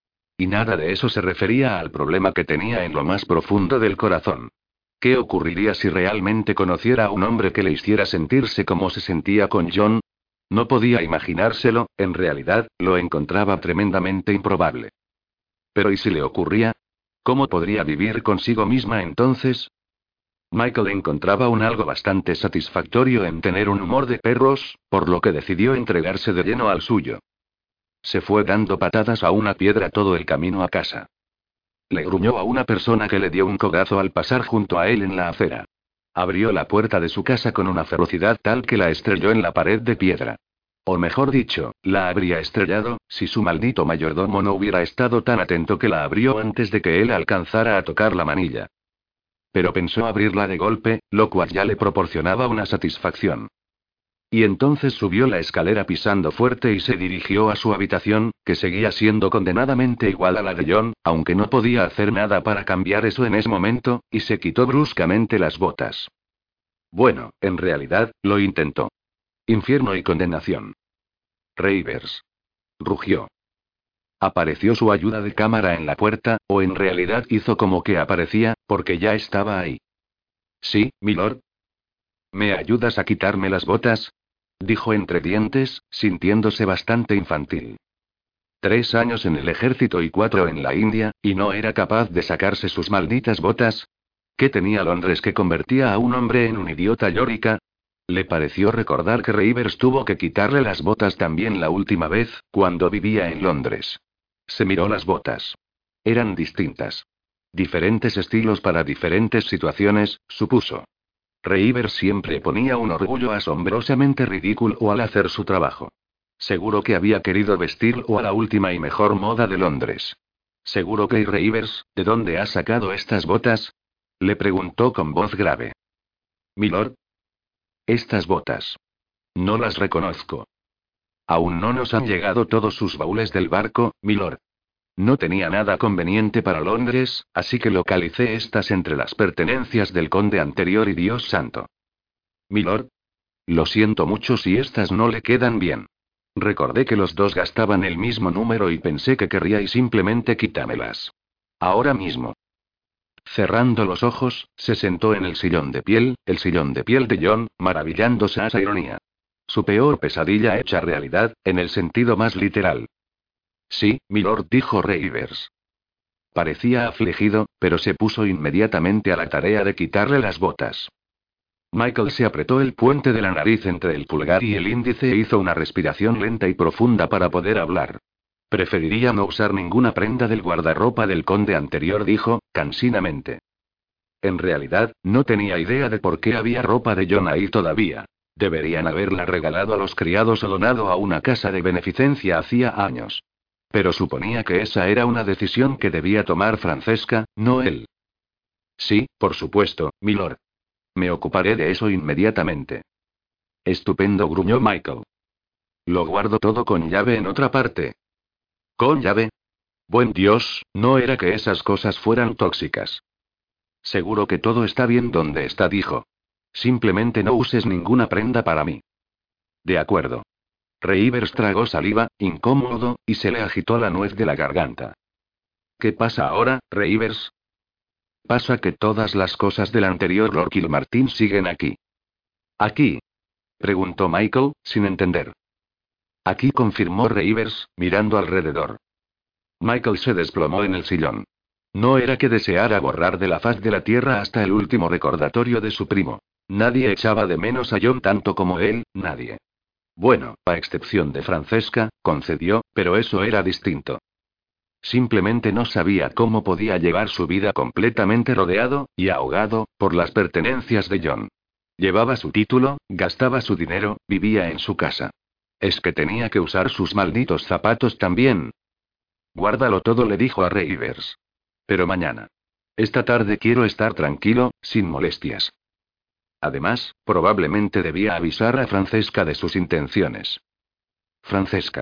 Y nada de eso se refería al problema que tenía en lo más profundo del corazón. ¿Qué ocurriría si realmente conociera a un hombre que le hiciera sentirse como se sentía con John? No podía imaginárselo, en realidad, lo encontraba tremendamente improbable. Pero ¿y si le ocurría? ¿Cómo podría vivir consigo misma entonces? Michael encontraba un algo bastante satisfactorio en tener un humor de perros, por lo que decidió entregarse de lleno al suyo. Se fue dando patadas a una piedra todo el camino a casa. Le gruñó a una persona que le dio un codazo al pasar junto a él en la acera. Abrió la puerta de su casa con una ferocidad tal que la estrelló en la pared de piedra. O mejor dicho, la habría estrellado, si su maldito mayordomo no hubiera estado tan atento que la abrió antes de que él alcanzara a tocar la manilla. Pero pensó abrirla de golpe, lo cual ya le proporcionaba una satisfacción. Y entonces subió la escalera pisando fuerte y se dirigió a su habitación, que seguía siendo condenadamente igual a la de John, aunque no podía hacer nada para cambiar eso en ese momento, y se quitó bruscamente las botas. Bueno, en realidad, lo intentó. Infierno y condenación. Reivers. Rugió. Apareció su ayuda de cámara en la puerta, o en realidad hizo como que aparecía, porque ya estaba ahí. Sí, milord. ¿Me ayudas a quitarme las botas? Dijo entre dientes, sintiéndose bastante infantil. Tres años en el ejército y cuatro en la India, y no era capaz de sacarse sus malditas botas. ¿Qué tenía Londres que convertía a un hombre en un idiota llórica? Le pareció recordar que Reivers tuvo que quitarle las botas también la última vez, cuando vivía en Londres. Se miró las botas. Eran distintas. Diferentes estilos para diferentes situaciones, supuso. Reivers siempre ponía un orgullo asombrosamente ridículo al hacer su trabajo. Seguro que había querido vestirlo a la última y mejor moda de Londres. ¿Seguro que Reivers, de dónde has sacado estas botas? Le preguntó con voz grave. Milord. Estas botas. No las reconozco. Aún no nos han llegado todos sus baúles del barco, milord. No tenía nada conveniente para Londres, así que localicé estas entre las pertenencias del conde anterior y Dios santo. Milord. Lo siento mucho si estas no le quedan bien. Recordé que los dos gastaban el mismo número y pensé que querríais simplemente quítamelas. Ahora mismo. Cerrando los ojos, se sentó en el sillón de piel, el sillón de piel de John, maravillándose a esa ironía. Su peor pesadilla hecha realidad, en el sentido más literal. Sí, milord, dijo Reivers. Parecía afligido, pero se puso inmediatamente a la tarea de quitarle las botas. Michael se apretó el puente de la nariz entre el pulgar y el índice e hizo una respiración lenta y profunda para poder hablar. Preferiría no usar ninguna prenda del guardarropa del conde anterior, dijo, cansinamente. En realidad, no tenía idea de por qué había ropa de John ahí todavía. Deberían haberla regalado a los criados o donado a una casa de beneficencia hacía años. Pero suponía que esa era una decisión que debía tomar Francesca, no él. Sí, por supuesto, milord. Me ocuparé de eso inmediatamente. Estupendo, gruñó Michael. Lo guardo todo con llave en otra parte. ¿Con llave? Buen Dios, no era que esas cosas fueran tóxicas. Seguro que todo está bien donde está, dijo. Simplemente no uses ninguna prenda para mí. De acuerdo. Reivers tragó saliva, incómodo, y se le agitó la nuez de la garganta. ¿Qué pasa ahora, Reivers? Pasa que todas las cosas del anterior Lord Kilmartin siguen aquí. ¿Aquí? Preguntó Michael, sin entender. Aquí, confirmó Reivers, mirando alrededor. Michael se desplomó en el sillón. No era que deseara borrar de la faz de la tierra hasta el último recordatorio de su primo. Nadie echaba de menos a John tanto como él, nadie. Bueno, a excepción de Francesca, concedió, pero eso era distinto. Simplemente no sabía cómo podía llevar su vida completamente rodeado, y ahogado, por las pertenencias de John. Llevaba su título, gastaba su dinero, vivía en su casa. ¿Es que tenía que usar sus malditos zapatos también? Guárdalo todo, le dijo a Reivers. Pero mañana. Esta tarde quiero estar tranquilo, sin molestias. Además, probablemente debía avisar a Francesca de sus intenciones. Francesca.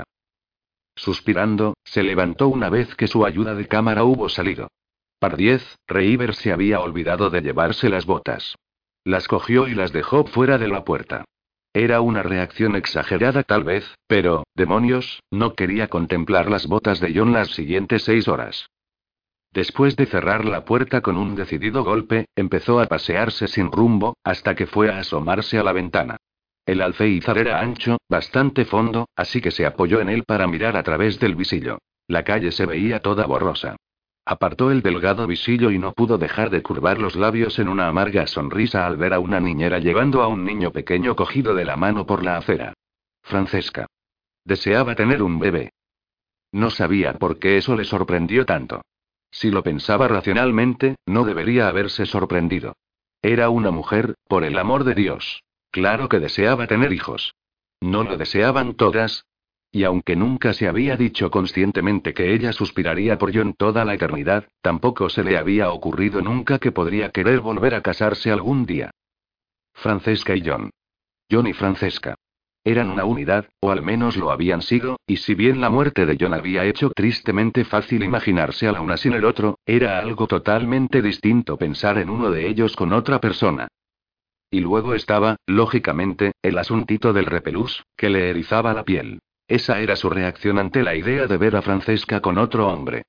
Suspirando, se levantó una vez que su ayuda de cámara hubo salido. Pardiez, Reivers se había olvidado de llevarse las botas. Las cogió y las dejó fuera de la puerta. Era una reacción exagerada tal vez, pero, demonios, no quería contemplar las botas de John las siguientes seis horas. Después de cerrar la puerta con un decidido golpe, empezó a pasearse sin rumbo, hasta que fue a asomarse a la ventana. El alféizar era ancho, bastante fondo, así que se apoyó en él para mirar a través del visillo. La calle se veía toda borrosa. Apartó el delgado visillo y no pudo dejar de curvar los labios en una amarga sonrisa al ver a una niñera llevando a un niño pequeño cogido de la mano por la acera. Francesca. Deseaba tener un bebé. No sabía por qué eso le sorprendió tanto. Si lo pensaba racionalmente, no debería haberse sorprendido. Era una mujer, por el amor de Dios. Claro que deseaba tener hijos. ¿No lo deseaban todas? Y aunque nunca se había dicho conscientemente que ella suspiraría por John toda la eternidad, tampoco se le había ocurrido nunca que podría querer volver a casarse algún día. Francesca y John. John y Francesca. Eran una unidad, o al menos lo habían sido, y si bien la muerte de John había hecho tristemente fácil imaginarse a la una sin el otro, era algo totalmente distinto pensar en uno de ellos con otra persona. Y luego estaba, lógicamente, el asuntito del repelús, que le erizaba la piel. Esa era su reacción ante la idea de ver a Francesca con otro hombre.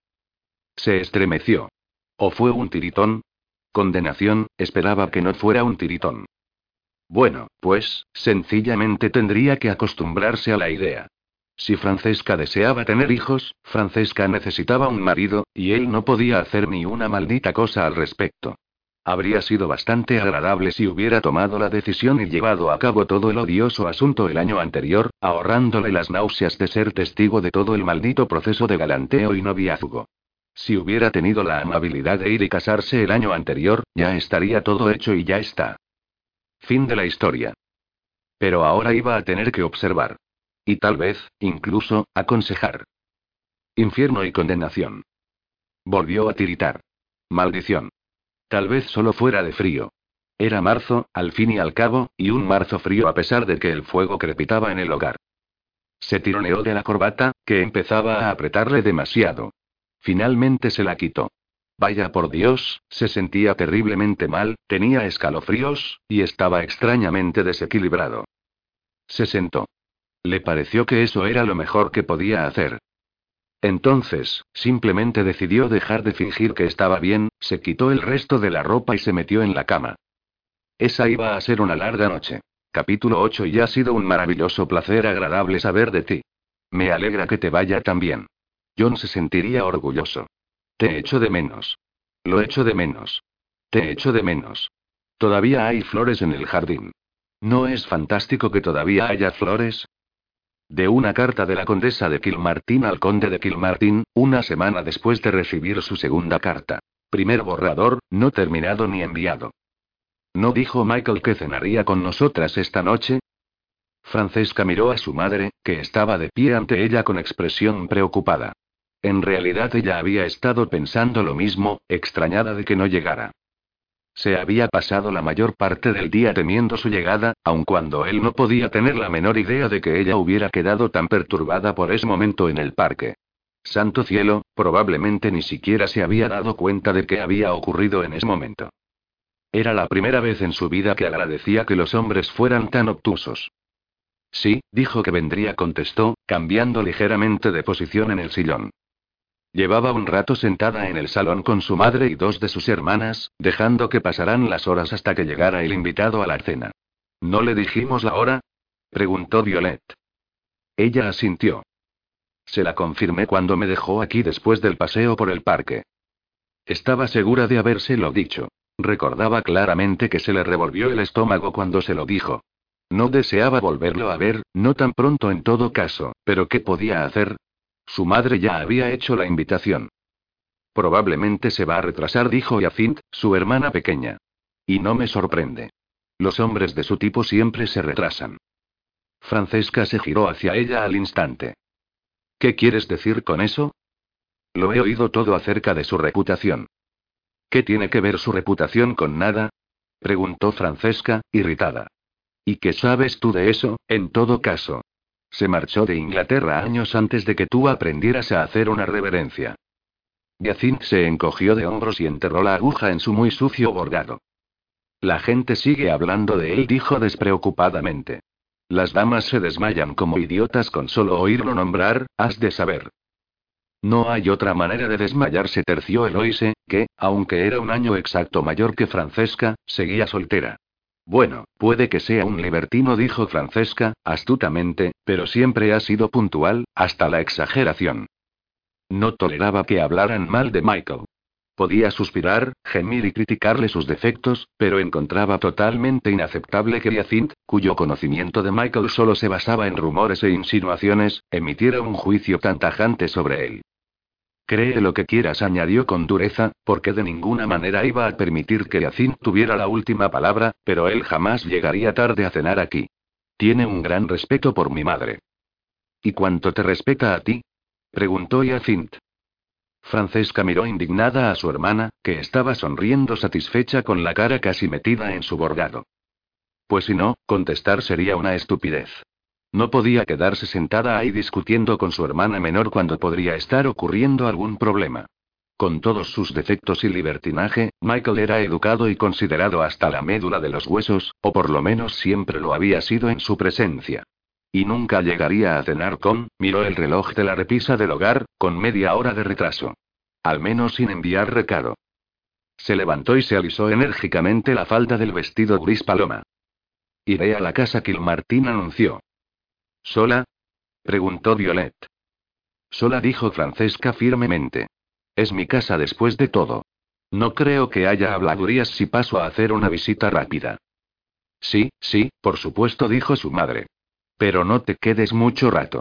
Se estremeció. ¿O fue un tiritón? Condenación, esperaba que no fuera un tiritón. Bueno, pues, sencillamente tendría que acostumbrarse a la idea. Si Francesca deseaba tener hijos, Francesca necesitaba un marido, y él no podía hacer ni una maldita cosa al respecto. Habría sido bastante agradable si hubiera tomado la decisión y llevado a cabo todo el odioso asunto el año anterior, ahorrándole las náuseas de ser testigo de todo el maldito proceso de galanteo y noviazgo. Si hubiera tenido la amabilidad de ir y casarse el año anterior, ya estaría todo hecho y ya está. Fin de la historia. Pero ahora iba a tener que observar. Y tal vez, incluso, aconsejar. Infierno y condenación. Volvió a tiritar. Maldición. Tal vez solo fuera de frío. Era marzo, al fin y al cabo, y un marzo frío a pesar de que el fuego crepitaba en el hogar. Se tironeó de la corbata, que empezaba a apretarle demasiado. Finalmente se la quitó. Vaya por Dios, se sentía terriblemente mal, tenía escalofríos, y estaba extrañamente desequilibrado. Se sentó. Le pareció que eso era lo mejor que podía hacer. Entonces, simplemente decidió dejar de fingir que estaba bien, se quitó el resto de la ropa y se metió en la cama. Esa iba a ser una larga noche. Capítulo ocho. Y ha sido un maravilloso placer agradable saber de ti. Me alegra que te vaya tan bien. John se sentiría orgulloso. Te echo de menos. Lo echo de menos. Te echo de menos. Todavía hay flores en el jardín. ¿No es fantástico que todavía haya flores? De una carta de la condesa de Kilmartin al conde de Kilmartin, una semana después de recibir su segunda carta. Primer borrador, no terminado ni enviado. ¿No dijo Michael que cenaría con nosotras esta noche? Francesca miró a su madre, que estaba de pie ante ella con expresión preocupada. En realidad ella había estado pensando lo mismo, extrañada de que no llegara. Se había pasado la mayor parte del día temiendo su llegada, aun cuando él no podía tener la menor idea de que ella hubiera quedado tan perturbada por ese momento en el parque. Santo cielo, probablemente ni siquiera se había dado cuenta de qué había ocurrido en ese momento. Era la primera vez en su vida que agradecía que los hombres fueran tan obtusos. Sí, dijo que vendría, contestó, cambiando ligeramente de posición en el sillón. Llevaba un rato sentada en el salón con su madre y dos de sus hermanas, dejando que pasaran las horas hasta que llegara el invitado a la cena. ¿No le dijimos la hora? Preguntó Violet. Ella asintió. Se la confirmé cuando me dejó aquí después del paseo por el parque. Estaba segura de habérselo dicho. Recordaba claramente que se le revolvió el estómago cuando se lo dijo. No deseaba volverlo a ver, no tan pronto en todo caso, pero ¿qué podía hacer? Su madre ya había hecho la invitación. Probablemente se va a retrasar, dijo Jacinthe, su hermana pequeña. Y no me sorprende. Los hombres de su tipo siempre se retrasan. Francesca se giró hacia ella al instante. ¿Qué quieres decir con eso? Lo he oído todo acerca de su reputación. ¿Qué tiene que ver su reputación con nada? Preguntó Francesca, irritada. ¿Y qué sabes tú de eso, en todo caso? Se marchó de Inglaterra años antes de que tú aprendieras a hacer una reverencia. Jacinthe se encogió de hombros y enterró la aguja en su muy sucio bordado. La gente sigue hablando de él, dijo despreocupadamente. Las damas se desmayan como idiotas con solo oírlo nombrar, has de saber. No hay otra manera de desmayarse, terció Eloise, que, aunque era un año exacto mayor que Francesca, seguía soltera. Bueno, puede que sea un libertino, dijo Francesca, astutamente, pero siempre ha sido puntual, hasta la exageración. No toleraba que hablaran mal de Michael. Podía suspirar, gemir y criticarle sus defectos, pero encontraba totalmente inaceptable que Jacinthe, cuyo conocimiento de Michael solo se basaba en rumores e insinuaciones, emitiera un juicio tan tajante sobre él. Cree lo que quieras, añadió con dureza, porque de ninguna manera iba a permitir que Jacinthe tuviera la última palabra, pero él jamás llegaría tarde a cenar aquí. Tiene un gran respeto por mi madre. ¿Y cuánto te respeta a ti? Preguntó Jacinthe. Francesca miró indignada a su hermana, que estaba sonriendo satisfecha con la cara casi metida en su bordado. Pues si no, contestar sería una estupidez. No podía quedarse sentada ahí discutiendo con su hermana menor cuando podría estar ocurriendo algún problema. Con todos sus defectos y libertinaje, Michael era educado y considerado hasta la médula de los huesos, o por lo menos siempre lo había sido en su presencia. Y nunca llegaría a cenar con, miró el reloj de la repisa del hogar, con media hora de retraso. Al menos sin enviar recado. Se levantó y se alisó enérgicamente la falda del vestido gris paloma. Iré a la casa, Kilmartin anunció. ¿Sola? Preguntó Violet. Sola, dijo Francesca firmemente. Es mi casa después de todo. No creo que haya habladurías si paso a hacer una visita rápida. Sí, sí, por supuesto, dijo su madre. Pero no te quedes mucho rato.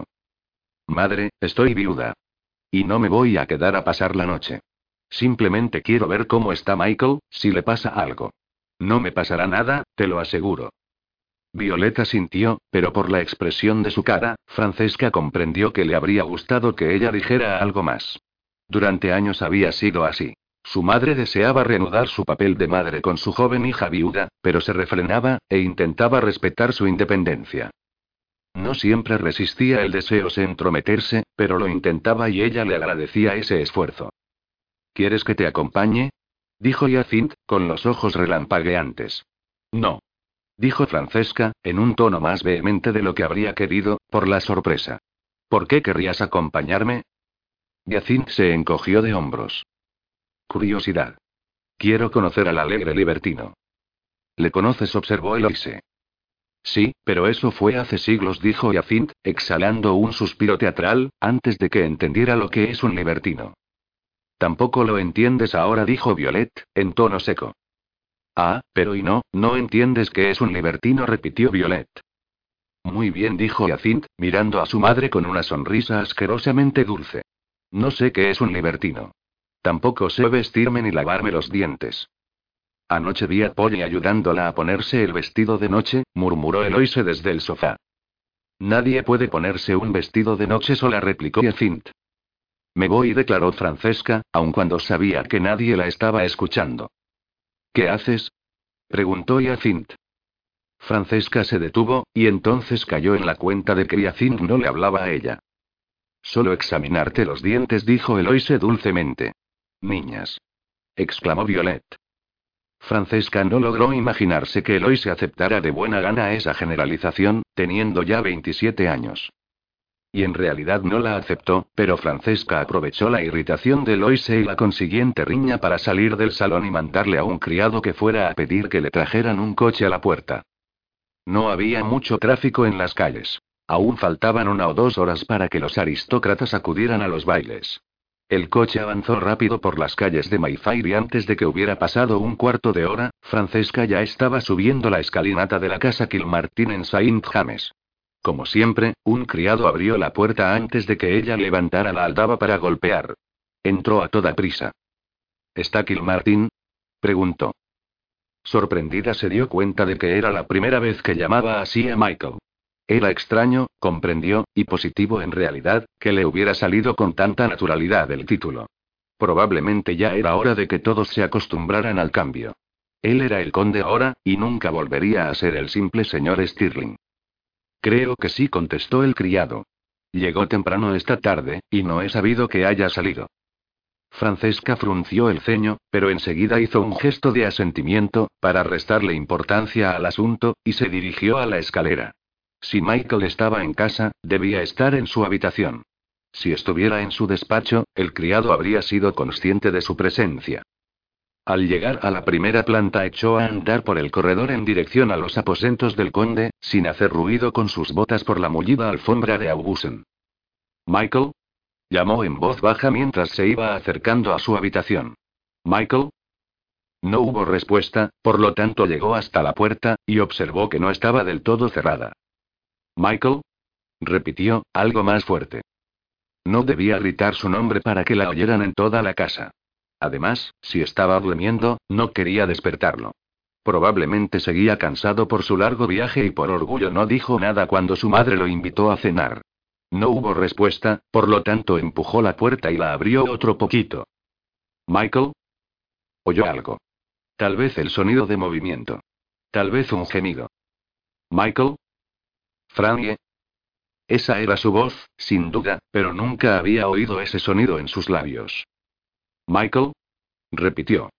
Madre, estoy viuda. Y no me voy a quedar a pasar la noche. Simplemente quiero ver cómo está Michael, si le pasa algo. No me pasará nada, te lo aseguro. Violeta sintió, pero por la expresión de su cara, Francesca comprendió que le habría gustado que ella dijera algo más. Durante años había sido así. Su madre deseaba reanudar su papel de madre con su joven hija viuda, pero se refrenaba, e intentaba respetar su independencia. No siempre resistía el deseo de entrometerse, pero lo intentaba y ella le agradecía ese esfuerzo. ¿Quieres que te acompañe? Dijo Jacinthe, con los ojos relampagueantes. No. Dijo Francesca, en un tono más vehemente de lo que habría querido, por la sorpresa. ¿Por qué querrías acompañarme? Jacinthe se encogió de hombros. Curiosidad. Quiero conocer al alegre libertino. ¿Le conoces?, observó Eloise. Sí, pero eso fue hace siglos, dijo Hyacinthe, exhalando un suspiro teatral, antes de que entendiera lo que es un libertino. Tampoco lo entiendes ahora, dijo Violet, en tono seco. Ah, pero y no, no entiendes qué es un libertino, repitió Violet. Muy bien, dijo Hyacinthe, mirando a su madre con una sonrisa asquerosamente dulce. No sé qué es un libertino. Tampoco sé vestirme ni lavarme los dientes. Anoche vi a Polly ayudándola a ponerse el vestido de noche, murmuró Eloise desde el sofá. Nadie puede ponerse un vestido de noche sola, replicó Hyacinthe. Me voy, declaró Francesca, aun cuando sabía que nadie la estaba escuchando. ¿Qué haces? Preguntó Hyacinthe. Francesca se detuvo, y entonces cayó en la cuenta de que Hyacinthe no le hablaba a ella. Solo examinarte los dientes, dijo Eloise dulcemente. Niñas. Exclamó Violet. Francesca no logró imaginarse que Eloise aceptara de buena gana esa generalización, teniendo ya veintisiete años. Y en realidad no la aceptó, pero Francesca aprovechó la irritación de Eloise y la consiguiente riña para salir del salón y mandarle a un criado que fuera a pedir que le trajeran un coche a la puerta. No había mucho tráfico en las calles. Aún faltaban una o dos horas para que los aristócratas acudieran a los bailes. El coche avanzó rápido por las calles de Mayfair y antes de que hubiera pasado un cuarto de hora, Francesca ya estaba subiendo la escalinata de la casa Kilmartin en Saint James. Como siempre, un criado abrió la puerta antes de que ella levantara la aldaba para golpear. Entró a toda prisa. ¿Está Kilmartin? Preguntó. Sorprendida se dio cuenta de que era la primera vez que llamaba así a Michael. Era extraño, comprendió, y positivo en realidad, que le hubiera salido con tanta naturalidad el título. Probablemente ya era hora de que todos se acostumbraran al cambio. Él era el conde ahora, y nunca volvería a ser el simple señor Stirling. Creo que sí, contestó el criado. Llegó temprano esta tarde, y no he sabido que haya salido. Francesca frunció el ceño, pero enseguida hizo un gesto de asentimiento, para restarle importancia al asunto, y se dirigió a la escalera. Si Michael estaba en casa, debía estar en su habitación. Si estuviera en su despacho, el criado habría sido consciente de su presencia. Al llegar a la primera planta echó a andar por el corredor en dirección a los aposentos del conde, sin hacer ruido con sus botas por la mullida alfombra de Aubusson. ¿Michael? Llamó en voz baja mientras se iba acercando a su habitación. ¿Michael? No hubo respuesta, por lo tanto llegó hasta la puerta, y observó que no estaba del todo cerrada. ¿Michael? Repitió, algo más fuerte. No debía gritar su nombre para que la oyeran en toda la casa. Además, si estaba durmiendo, no quería despertarlo. Probablemente seguía cansado por su largo viaje y por orgullo no dijo nada cuando su madre lo invitó a cenar. No hubo respuesta, por lo tanto empujó la puerta y la abrió otro poquito. ¿Michael? Oyó algo. Tal vez el sonido de movimiento. Tal vez un gemido. ¿Michael? Frankie. Esa era su voz, sin duda, pero nunca había oído ese sonido en sus labios. ¿Michael? Repitió.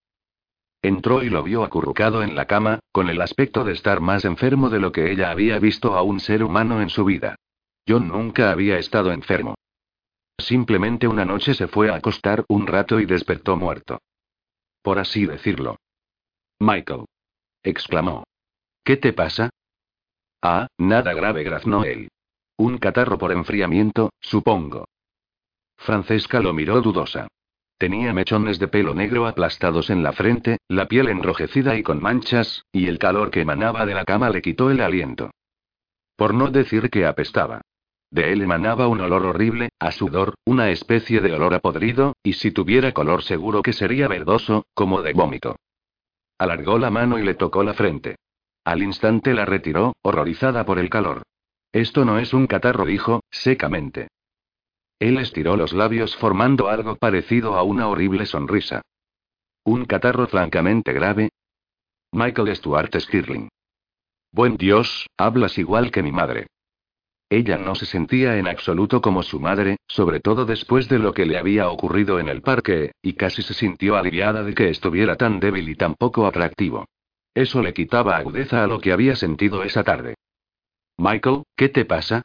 Entró y lo vio acurrucado en la cama, con el aspecto de estar más enfermo de lo que ella había visto a un ser humano en su vida. Yo nunca había estado enfermo. Simplemente una noche se fue a acostar un rato y despertó muerto. Por así decirlo. Michael. Exclamó. ¿Qué te pasa? Ah, nada grave, graznó él. Un catarro por enfriamiento, supongo. Francesca lo miró dudosa. Tenía mechones de pelo negro aplastados en la frente, la piel enrojecida y con manchas, y el calor que emanaba de la cama le quitó el aliento. Por no decir que apestaba. De él emanaba un olor horrible, a sudor, una especie de olor a podrido, y si tuviera color seguro que sería verdoso, como de vómito. Alargó la mano y le tocó la frente. Al instante la retiró, horrorizada por el calor. Esto no es un catarro, dijo, secamente. Él estiró los labios formando algo parecido a una horrible sonrisa. ¿Un catarro francamente grave? Michael Stuart Stirling. Buen Dios, hablas igual que mi madre. Ella no se sentía en absoluto como su madre, sobre todo después de lo que le había ocurrido en el parque, y casi se sintió aliviada de que estuviera tan débil y tan poco atractivo. Eso le quitaba agudeza a lo que había sentido esa tarde. Michael, ¿qué te pasa?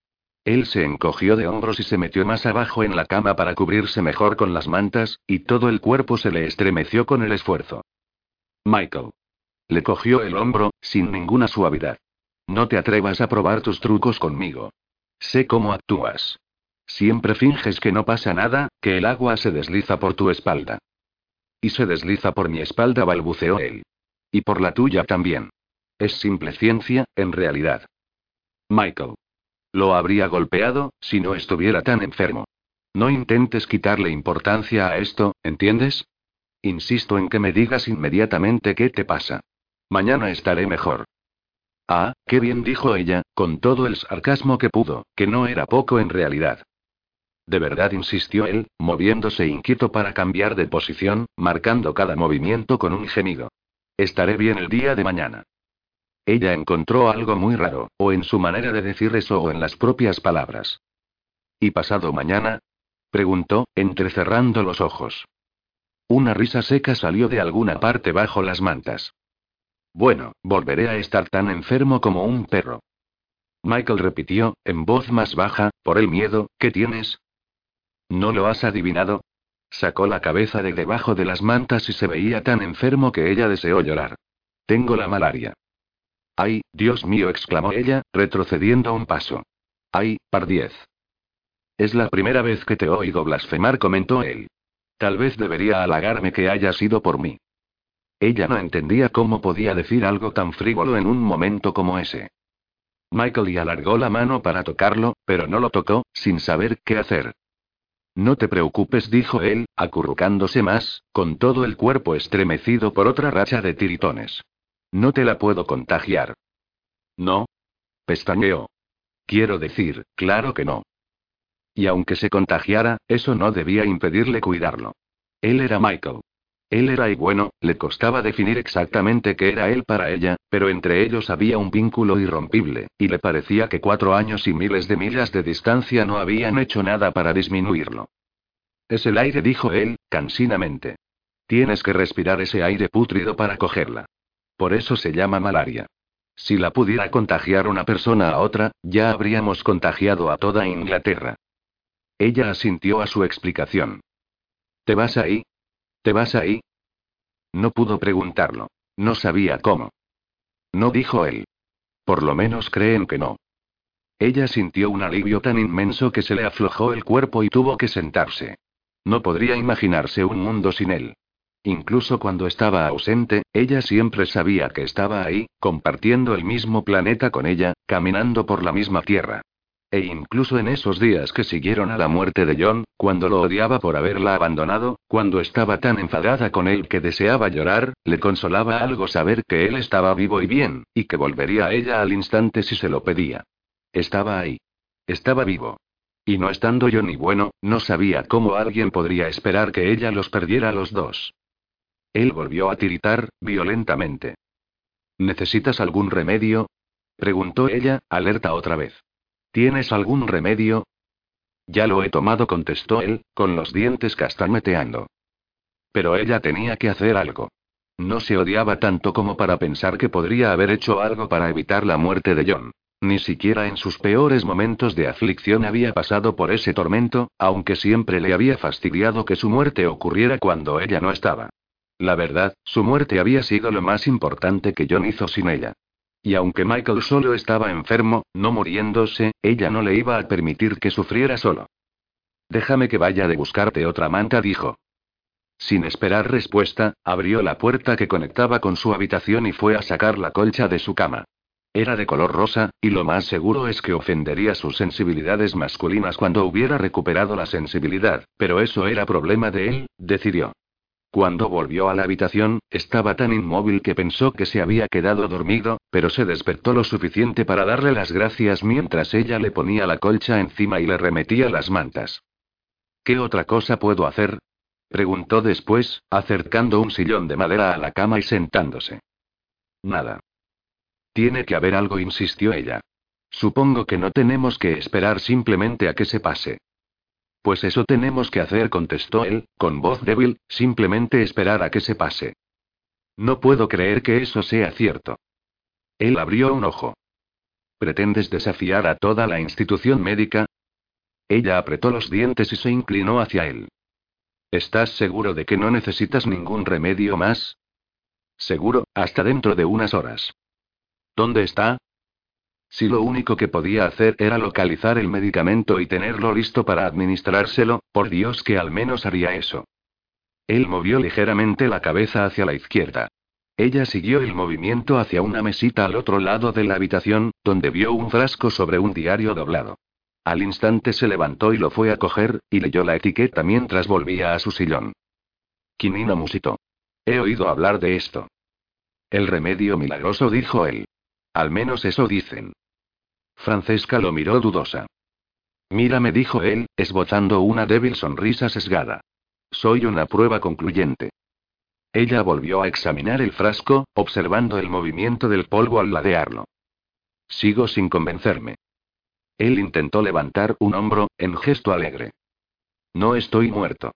Él se encogió de hombros y se metió más abajo en la cama para cubrirse mejor con las mantas, y todo el cuerpo se le estremeció con el esfuerzo. Michael. Le cogió el hombro, sin ninguna suavidad. No te atrevas a probar tus trucos conmigo. Sé cómo actúas. Siempre finges que no pasa nada, que el agua se desliza por tu espalda. Y se desliza por mi espalda, balbuceó él. Y por la tuya también. Es simple ciencia, en realidad. Michael. Lo habría golpeado, si no estuviera tan enfermo. No intentes quitarle importancia a esto, ¿entiendes? Insisto en que me digas inmediatamente qué te pasa. Mañana estaré mejor. Ah, qué bien, dijo ella, con todo el sarcasmo que pudo, que no era poco en realidad. De verdad, insistió él, moviéndose inquieto para cambiar de posición, marcando cada movimiento con un gemido. Estaré bien el día de mañana. Ella encontró algo muy raro, o en su manera de decir eso o en las propias palabras. ¿Y pasado mañana? Preguntó, entrecerrando los ojos. Una risa seca salió de alguna parte bajo las mantas. Bueno, volveré a estar tan enfermo como un perro. Michael repitió, en voz más baja, por el miedo, ¿qué tienes? ¿No lo has adivinado? Sacó la cabeza de debajo de las mantas y se veía tan enfermo que ella deseó llorar. Tengo la malaria. ¡Ay, Dios mío!, exclamó ella, retrocediendo un paso. ¡Ay, pardiez! Es la primera vez que te oigo blasfemar, comentó él. Tal vez debería halagarme que haya sido por mí. Ella no entendía cómo podía decir algo tan frívolo en un momento como ese. Michael y alargó la mano para tocarlo, pero no lo tocó, sin saber qué hacer. No te preocupes, dijo él, acurrucándose más, con todo el cuerpo estremecido por otra racha de tiritones. No te la puedo contagiar. ¿No? Pestañeó. Quiero decir, claro que no. Y aunque se contagiara, eso no debía impedirle cuidarlo. Él era Michael. Él era y bueno, le costaba definir exactamente qué era él para ella, pero entre ellos había un vínculo irrompible, y le parecía que cuatro años y miles de millas de distancia no habían hecho nada para disminuirlo. Es el aire, dijo él, cansinamente. Tienes que respirar ese aire pútrido para cogerla. Por eso se llama malaria. Si la pudiera contagiar una persona a otra, ya habríamos contagiado a toda Inglaterra. Ella asintió a su explicación. ¿Te vas ahí? ¿Te vas ahí? No pudo preguntarlo. No sabía cómo. No, dijo él. Por lo menos creen que no. Ella sintió un alivio tan inmenso que se le aflojó el cuerpo y tuvo que sentarse. No podría imaginarse un mundo sin él. Incluso cuando estaba ausente, ella siempre sabía que estaba ahí, compartiendo el mismo planeta con ella, caminando por la misma tierra. E incluso en esos días que siguieron a la muerte de John, cuando lo odiaba por haberla abandonado, cuando estaba tan enfadada con él que deseaba llorar, le consolaba algo saber que él estaba vivo y bien, y que volvería a ella al instante si se lo pedía. Estaba ahí. Estaba vivo. Y no estando John y bueno, no sabía cómo alguien podría esperar que ella los perdiera a los dos. Él volvió a tiritar, violentamente. ¿Necesitas algún remedio? Preguntó ella, alerta otra vez. ¿Tienes algún remedio? Ya lo he tomado, contestó él, con los dientes castañeteando. Pero ella tenía que hacer algo. No se odiaba tanto como para pensar que podría haber hecho algo para evitar la muerte de John. Ni siquiera en sus peores momentos de aflicción había pasado por ese tormento, aunque siempre le había fastidiado que su muerte ocurriera cuando ella no estaba. La verdad, su muerte había sido lo más importante que John hizo sin ella. Y aunque Michael solo estaba enfermo, no muriéndose, ella no le iba a permitir que sufriera solo. Déjame que vaya de buscarte otra manta, dijo. Sin esperar respuesta, abrió la puerta que conectaba con su habitación y fue a sacar la colcha de su cama. Era de color rosa, y lo más seguro es que ofendería sus sensibilidades masculinas cuando hubiera recuperado la sensibilidad, pero eso era problema de él, decidió. Cuando volvió a la habitación, estaba tan inmóvil que pensó que se había quedado dormido, pero se despertó lo suficiente para darle las gracias mientras ella le ponía la colcha encima y le remetía las mantas. ¿Qué otra cosa puedo hacer?, preguntó después, acercando un sillón de madera a la cama y sentándose. Nada. Tiene que haber algo, insistió ella. Supongo que no tenemos que esperar simplemente a que se pase. Pues eso tenemos que hacer, contestó él, con voz débil, simplemente esperar a que se pase. No puedo creer que eso sea cierto. Él abrió un ojo. ¿Pretendes desafiar a toda la institución médica? Ella apretó los dientes y se inclinó hacia él. ¿Estás seguro de que no necesitas ningún remedio más? Seguro, hasta dentro de unas horas. ¿Dónde está? Si lo único que podía hacer era localizar el medicamento y tenerlo listo para administrárselo, por Dios que al menos haría eso. Él movió ligeramente la cabeza hacia la izquierda. Ella siguió el movimiento hacia una mesita al otro lado de la habitación, donde vio un frasco sobre un diario doblado. Al instante se levantó y lo fue a coger, y leyó la etiqueta mientras volvía a su sillón. Quinina musitó. He oído hablar de esto. El remedio milagroso, dijo él. Al menos eso dicen. Francesca lo miró dudosa. Mírame, dijo él, esbozando una débil sonrisa sesgada. Soy una prueba concluyente. Ella volvió a examinar el frasco, observando el movimiento del polvo al ladearlo. Sigo sin convencerme. Él intentó levantar un hombro, en gesto alegre. No estoy muerto.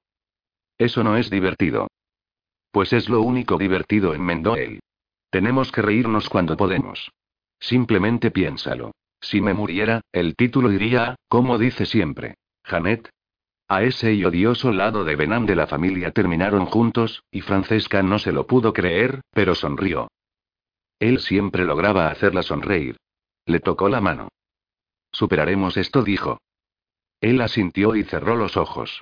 Eso no es divertido. Pues es lo único divertido, enmendó él. Tenemos que reírnos cuando podemos. Simplemente piénsalo. Si me muriera, el título iría, como dice siempre, Janet. A ese y odioso lado de Benham de la familia terminaron juntos, y Francesca no se lo pudo creer, pero sonrió. Él siempre lograba hacerla sonreír. Le tocó la mano. Superaremos esto, dijo. Él asintió y cerró los ojos.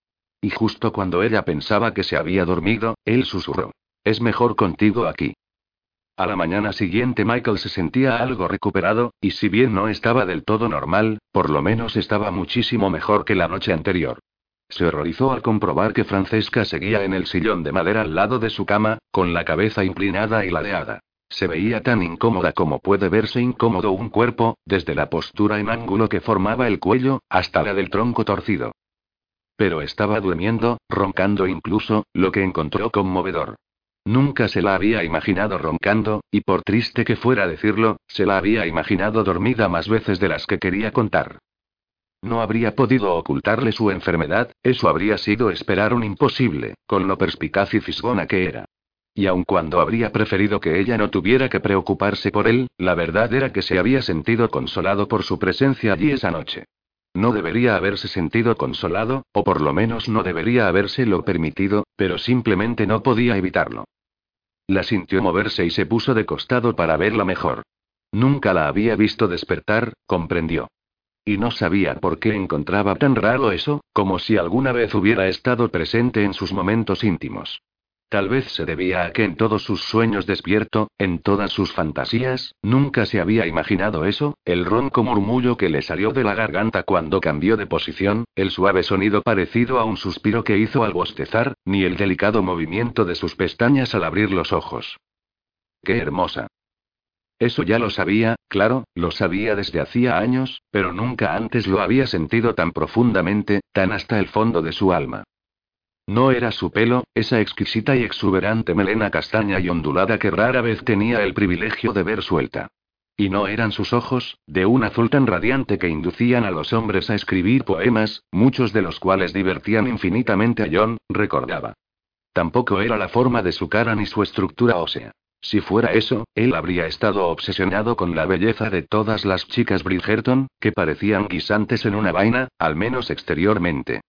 Y justo cuando ella pensaba que se había dormido, él susurró. Es mejor contigo aquí. A la mañana siguiente Michael se sentía algo recuperado, y si bien no estaba del todo normal, por lo menos estaba muchísimo mejor que la noche anterior. Se horrorizó al comprobar que Francesca seguía en el sillón de madera al lado de su cama, con la cabeza inclinada y ladeada. Se veía tan incómoda como puede verse incómodo un cuerpo, desde la postura en ángulo que formaba el cuello, hasta la del tronco torcido. Pero estaba durmiendo, roncando incluso, lo que encontró conmovedor. Nunca se la había imaginado roncando, y por triste que fuera decirlo, se la había imaginado dormida más veces de las que quería contar. No habría podido ocultarle su enfermedad, eso habría sido esperar un imposible, con lo perspicaz y fisgona que era. Y aun cuando habría preferido que ella no tuviera que preocuparse por él, la verdad era que se había sentido consolado por su presencia allí esa noche. No debería haberse sentido consolado, o por lo menos no debería habérselo permitido, pero simplemente no podía evitarlo. La sintió moverse y se puso de costado para verla mejor. Nunca la había visto despertar, comprendió. Y no sabía por qué encontraba tan raro eso, como si alguna vez hubiera estado presente en sus momentos íntimos. Tal vez se debía a que en todos sus sueños despierto, en todas sus fantasías, nunca se había imaginado eso, el ronco murmullo que le salió de la garganta cuando cambió de posición, el suave sonido parecido a un suspiro que hizo al bostezar, ni el delicado movimiento de sus pestañas al abrir los ojos. ¡Qué hermosa! Eso ya lo sabía, claro, lo sabía desde hacía años, pero nunca antes lo había sentido tan profundamente, tan hasta el fondo de su alma. No era su pelo, esa exquisita y exuberante melena castaña y ondulada que rara vez tenía el privilegio de ver suelta. Y no eran sus ojos, de un azul tan radiante que inducían a los hombres a escribir poemas, muchos de los cuales divertían infinitamente a John, recordaba. Tampoco era la forma de su cara ni su estructura ósea. Si fuera eso, él habría estado obsesionado con la belleza de todas las chicas Bridgerton, que parecían guisantes en una vaina, al menos exteriormente.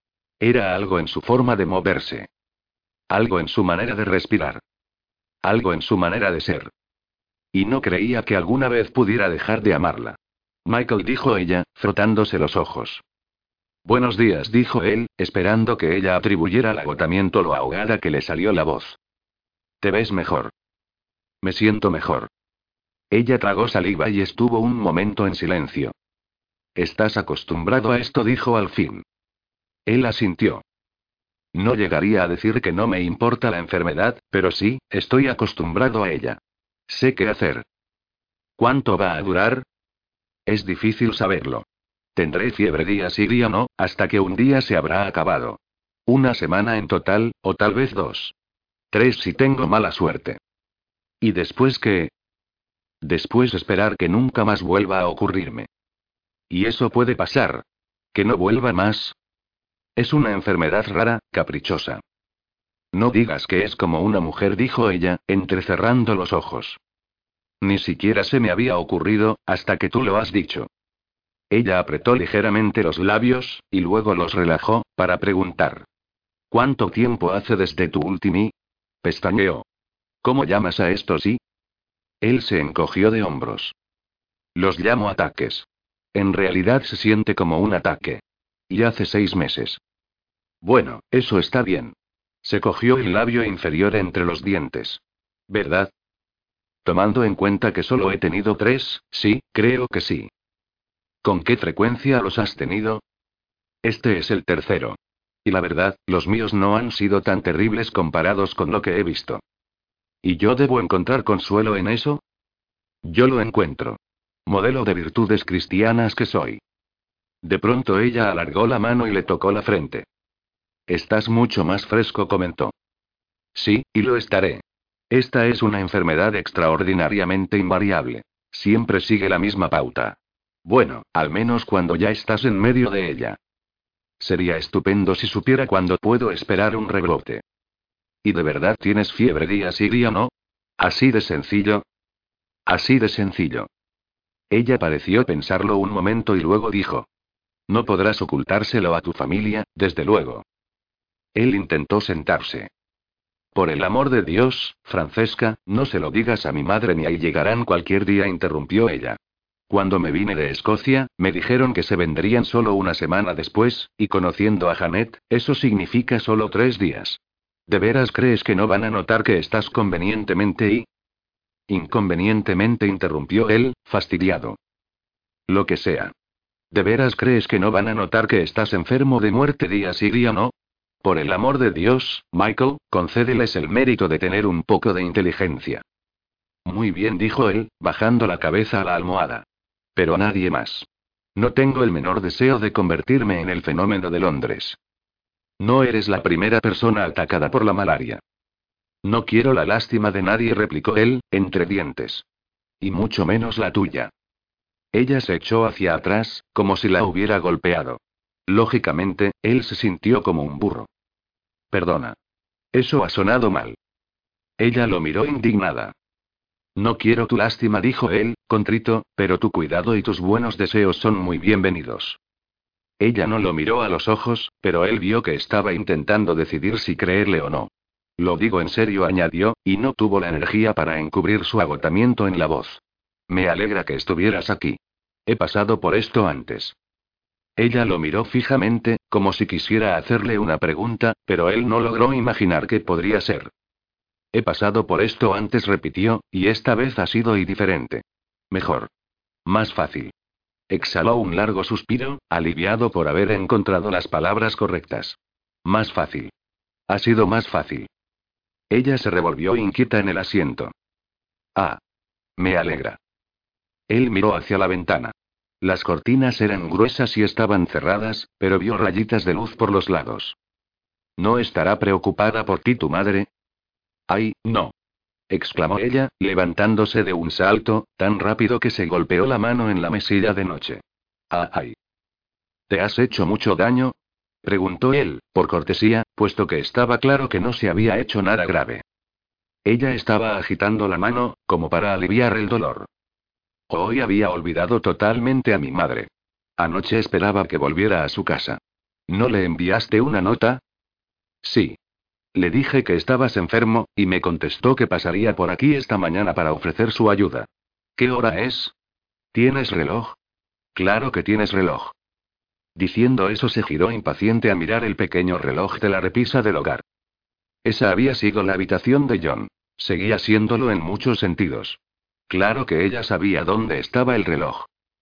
Era algo en su forma de moverse. Algo en su manera de respirar. Algo en su manera de ser. Y no creía que alguna vez pudiera dejar de amarla. Michael, dijo ella, frotándose los ojos. Buenos días, dijo él, esperando que ella atribuyera al agotamiento lo ahogada que le salió la voz. ¿Te ves mejor? Me siento mejor. Ella tragó saliva y estuvo un momento en silencio. Estás acostumbrado a esto, dijo al fin. Él asintió. No llegaría a decir que no me importa la enfermedad, pero sí, estoy acostumbrado a ella. Sé qué hacer. ¿Cuánto va a durar? Es difícil saberlo. Tendré fiebre día sí día no, hasta que un día se habrá acabado. Una semana en total, o tal vez dos. Tres si tengo mala suerte. ¿Y después qué? Después esperar que nunca más vuelva a ocurrirme. ¿Y eso puede pasar? ¿Que no vuelva más? Es una enfermedad rara, caprichosa. No digas que es como una mujer, dijo ella, entrecerrando los ojos. Ni siquiera se me había ocurrido, hasta que tú lo has dicho. Ella apretó ligeramente los labios, y luego los relajó, para preguntar. ¿Cuánto tiempo hace desde tu último? Pestañeó. ¿Cómo llamas a esto, sí? Él se encogió de hombros. Los llamo ataques. En realidad se siente como un ataque. Y hace seis meses. Bueno, eso está bien. Se cogió el labio inferior entre los dientes. ¿Verdad? Tomando en cuenta que solo he tenido tres, sí, creo que sí. ¿Con qué frecuencia los has tenido? Este es el tercero. Y la verdad, los míos no han sido tan terribles comparados con lo que he visto. ¿Y yo debo encontrar consuelo en eso? Yo lo encuentro. Modelo de virtudes cristianas que soy. De pronto ella alargó la mano y le tocó la frente. Estás mucho más fresco, comentó. Sí, y lo estaré. Esta es una enfermedad extraordinariamente invariable. Siempre sigue la misma pauta. Bueno, al menos cuando ya estás en medio de ella. Sería estupendo si supiera cuándo puedo esperar un rebrote. ¿Y de verdad tienes fiebre día sí día no? ¿Así de sencillo? Así de sencillo. Ella pareció pensarlo un momento y luego dijo. No podrás ocultárselo a tu familia, desde luego. Él intentó sentarse. Por el amor de Dios, Francesca, no se lo digas a mi madre ni ahí llegarán cualquier día, interrumpió ella. Cuando me vine de Escocia, me dijeron que se venderían solo una semana después, y conociendo a Janet, eso significa solo tres días. ¿De veras crees que no van a notar que estás convenientemente y... Inconvenientemente, interrumpió él, fastidiado. Lo que sea. ¿De veras crees que no van a notar que estás enfermo de muerte día sí día no? Por el amor de Dios, Michael, concédeles el mérito de tener un poco de inteligencia. Muy bien, dijo él, bajando la cabeza a la almohada. Pero a nadie más. No tengo el menor deseo de convertirme en el fenómeno de Londres. No eres la primera persona atacada por la malaria. No quiero la lástima de nadie, replicó él, entre dientes. Y mucho menos la tuya. Ella se echó hacia atrás, como si la hubiera golpeado. Lógicamente, él se sintió como un burro. Perdona. Eso ha sonado mal. Ella lo miró indignada. No quiero tu lástima, dijo él, contrito, pero tu cuidado y tus buenos deseos son muy bienvenidos. Ella no lo miró a los ojos, pero él vio que estaba intentando decidir si creerle o no. Lo digo en serio, añadió, y no tuvo la energía para encubrir su agotamiento en la voz. Me alegra que estuvieras aquí. He pasado por esto antes. Ella lo miró fijamente, como si quisiera hacerle una pregunta, pero él no logró imaginar qué podría ser. He pasado por esto antes, repitió, y esta vez ha sido y diferente. Mejor. Más fácil. Exhaló un largo suspiro, aliviado por haber encontrado las palabras correctas. Más fácil. Ha sido más fácil. Ella se revolvió inquieta en el asiento. Ah. Me alegra. Él miró hacia la ventana. Las cortinas eran gruesas y estaban cerradas, pero vio rayitas de luz por los lados. ¿No estará preocupada por ti tu madre? Ay, no. Exclamó ella, levantándose de un salto, tan rápido que se golpeó la mano en la mesilla de noche. Ah, ay. ¿Te has hecho mucho daño? Preguntó él, por cortesía, puesto que estaba claro que no se había hecho nada grave. Ella estaba agitando la mano, como para aliviar el dolor. Hoy había olvidado totalmente a mi madre. Anoche esperaba que volviera a su casa. ¿No le enviaste una nota? Sí. Le dije que estabas enfermo, y me contestó que pasaría por aquí esta mañana para ofrecer su ayuda. ¿Qué hora es? ¿Tienes reloj? Claro que tienes reloj. Diciendo eso se giró impaciente a mirar el pequeño reloj de la repisa del hogar. Esa había sido la habitación de John. Seguía siéndolo en muchos sentidos. Claro que ella sabía dónde estaba el reloj.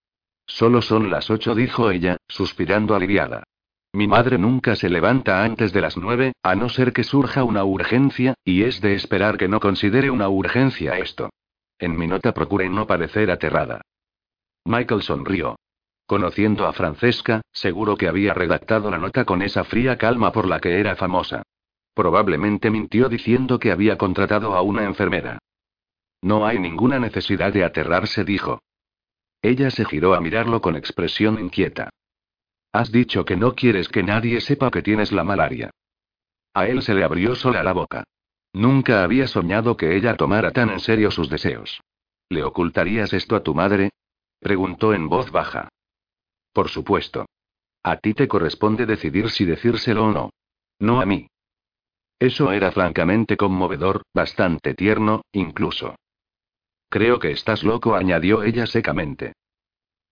Solo son las ocho, dijo ella, suspirando aliviada. Mi madre nunca se levanta antes de las nueve, a no ser que surja una urgencia, y es de esperar que no considere una urgencia esto. En mi nota procuré no parecer aterrada. Michael sonrió. Conociendo a Francesca, seguro que había redactado la nota con esa fría calma por la que era famosa. Probablemente mintió diciendo que había contratado a una enfermera. No hay ninguna necesidad de aterrarse, dijo. Ella se giró a mirarlo con expresión inquieta. Has dicho que no quieres que nadie sepa que tienes la malaria. A él se le abrió sola la boca. Nunca había soñado que ella tomara tan en serio sus deseos. ¿Le ocultarías esto a tu madre? Preguntó en voz baja. Por supuesto. A ti te corresponde decidir si decírselo o no. No a mí. Eso era francamente conmovedor, bastante tierno, incluso. Creo que estás loco, añadió ella secamente.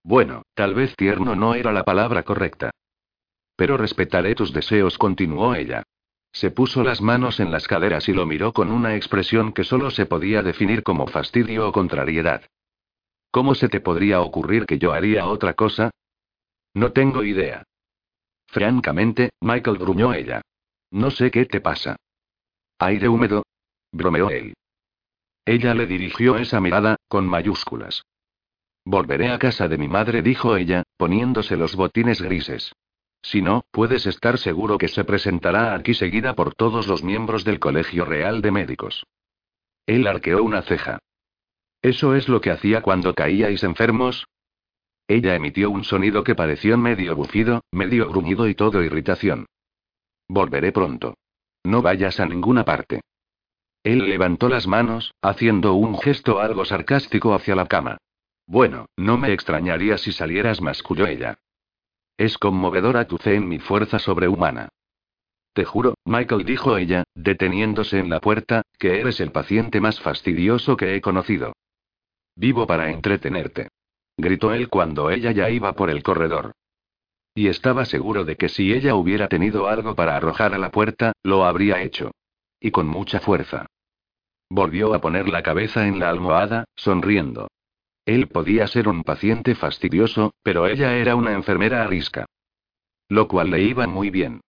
Bueno, tal vez tierno no era la palabra correcta. Pero respetaré tus deseos, continuó ella. Se puso las manos en las caderas y lo miró con una expresión que solo se podía definir como fastidio o contrariedad. ¿Cómo se te podría ocurrir que yo haría otra cosa? No tengo idea. Francamente, Michael, gruñó ella. No sé qué te pasa. ¿Aire húmedo? Bromeó él. Ella le dirigió esa mirada, con mayúsculas. Volveré a casa de mi madre, dijo ella, poniéndose los botines grises. Si no, puedes estar seguro que se presentará aquí seguida por todos los miembros del Colegio Real de Médicos. Él arqueó una ceja. ¿Eso es lo que hacía cuando caíais enfermos? Ella emitió un sonido que pareció medio bufido, medio gruñido y todo irritación. Volveré pronto. No vayas a ninguna parte. Él levantó las manos, haciendo un gesto algo sarcástico hacia la cama. Bueno, no me extrañaría si salieras, masculló ella. Es conmovedora tu fe en mi fuerza sobrehumana. Te juro, Michael, dijo ella, deteniéndose en la puerta, que eres el paciente más fastidioso que he conocido. Vivo para entretenerte. Gritó él cuando ella ya iba por el corredor. Y estaba seguro de que si ella hubiera tenido algo para arrojar a la puerta, lo habría hecho. Y con mucha fuerza. Volvió a poner la cabeza en la almohada, sonriendo. Él podía ser un paciente fastidioso, pero ella era una enfermera arisca. Lo cual le iba muy bien.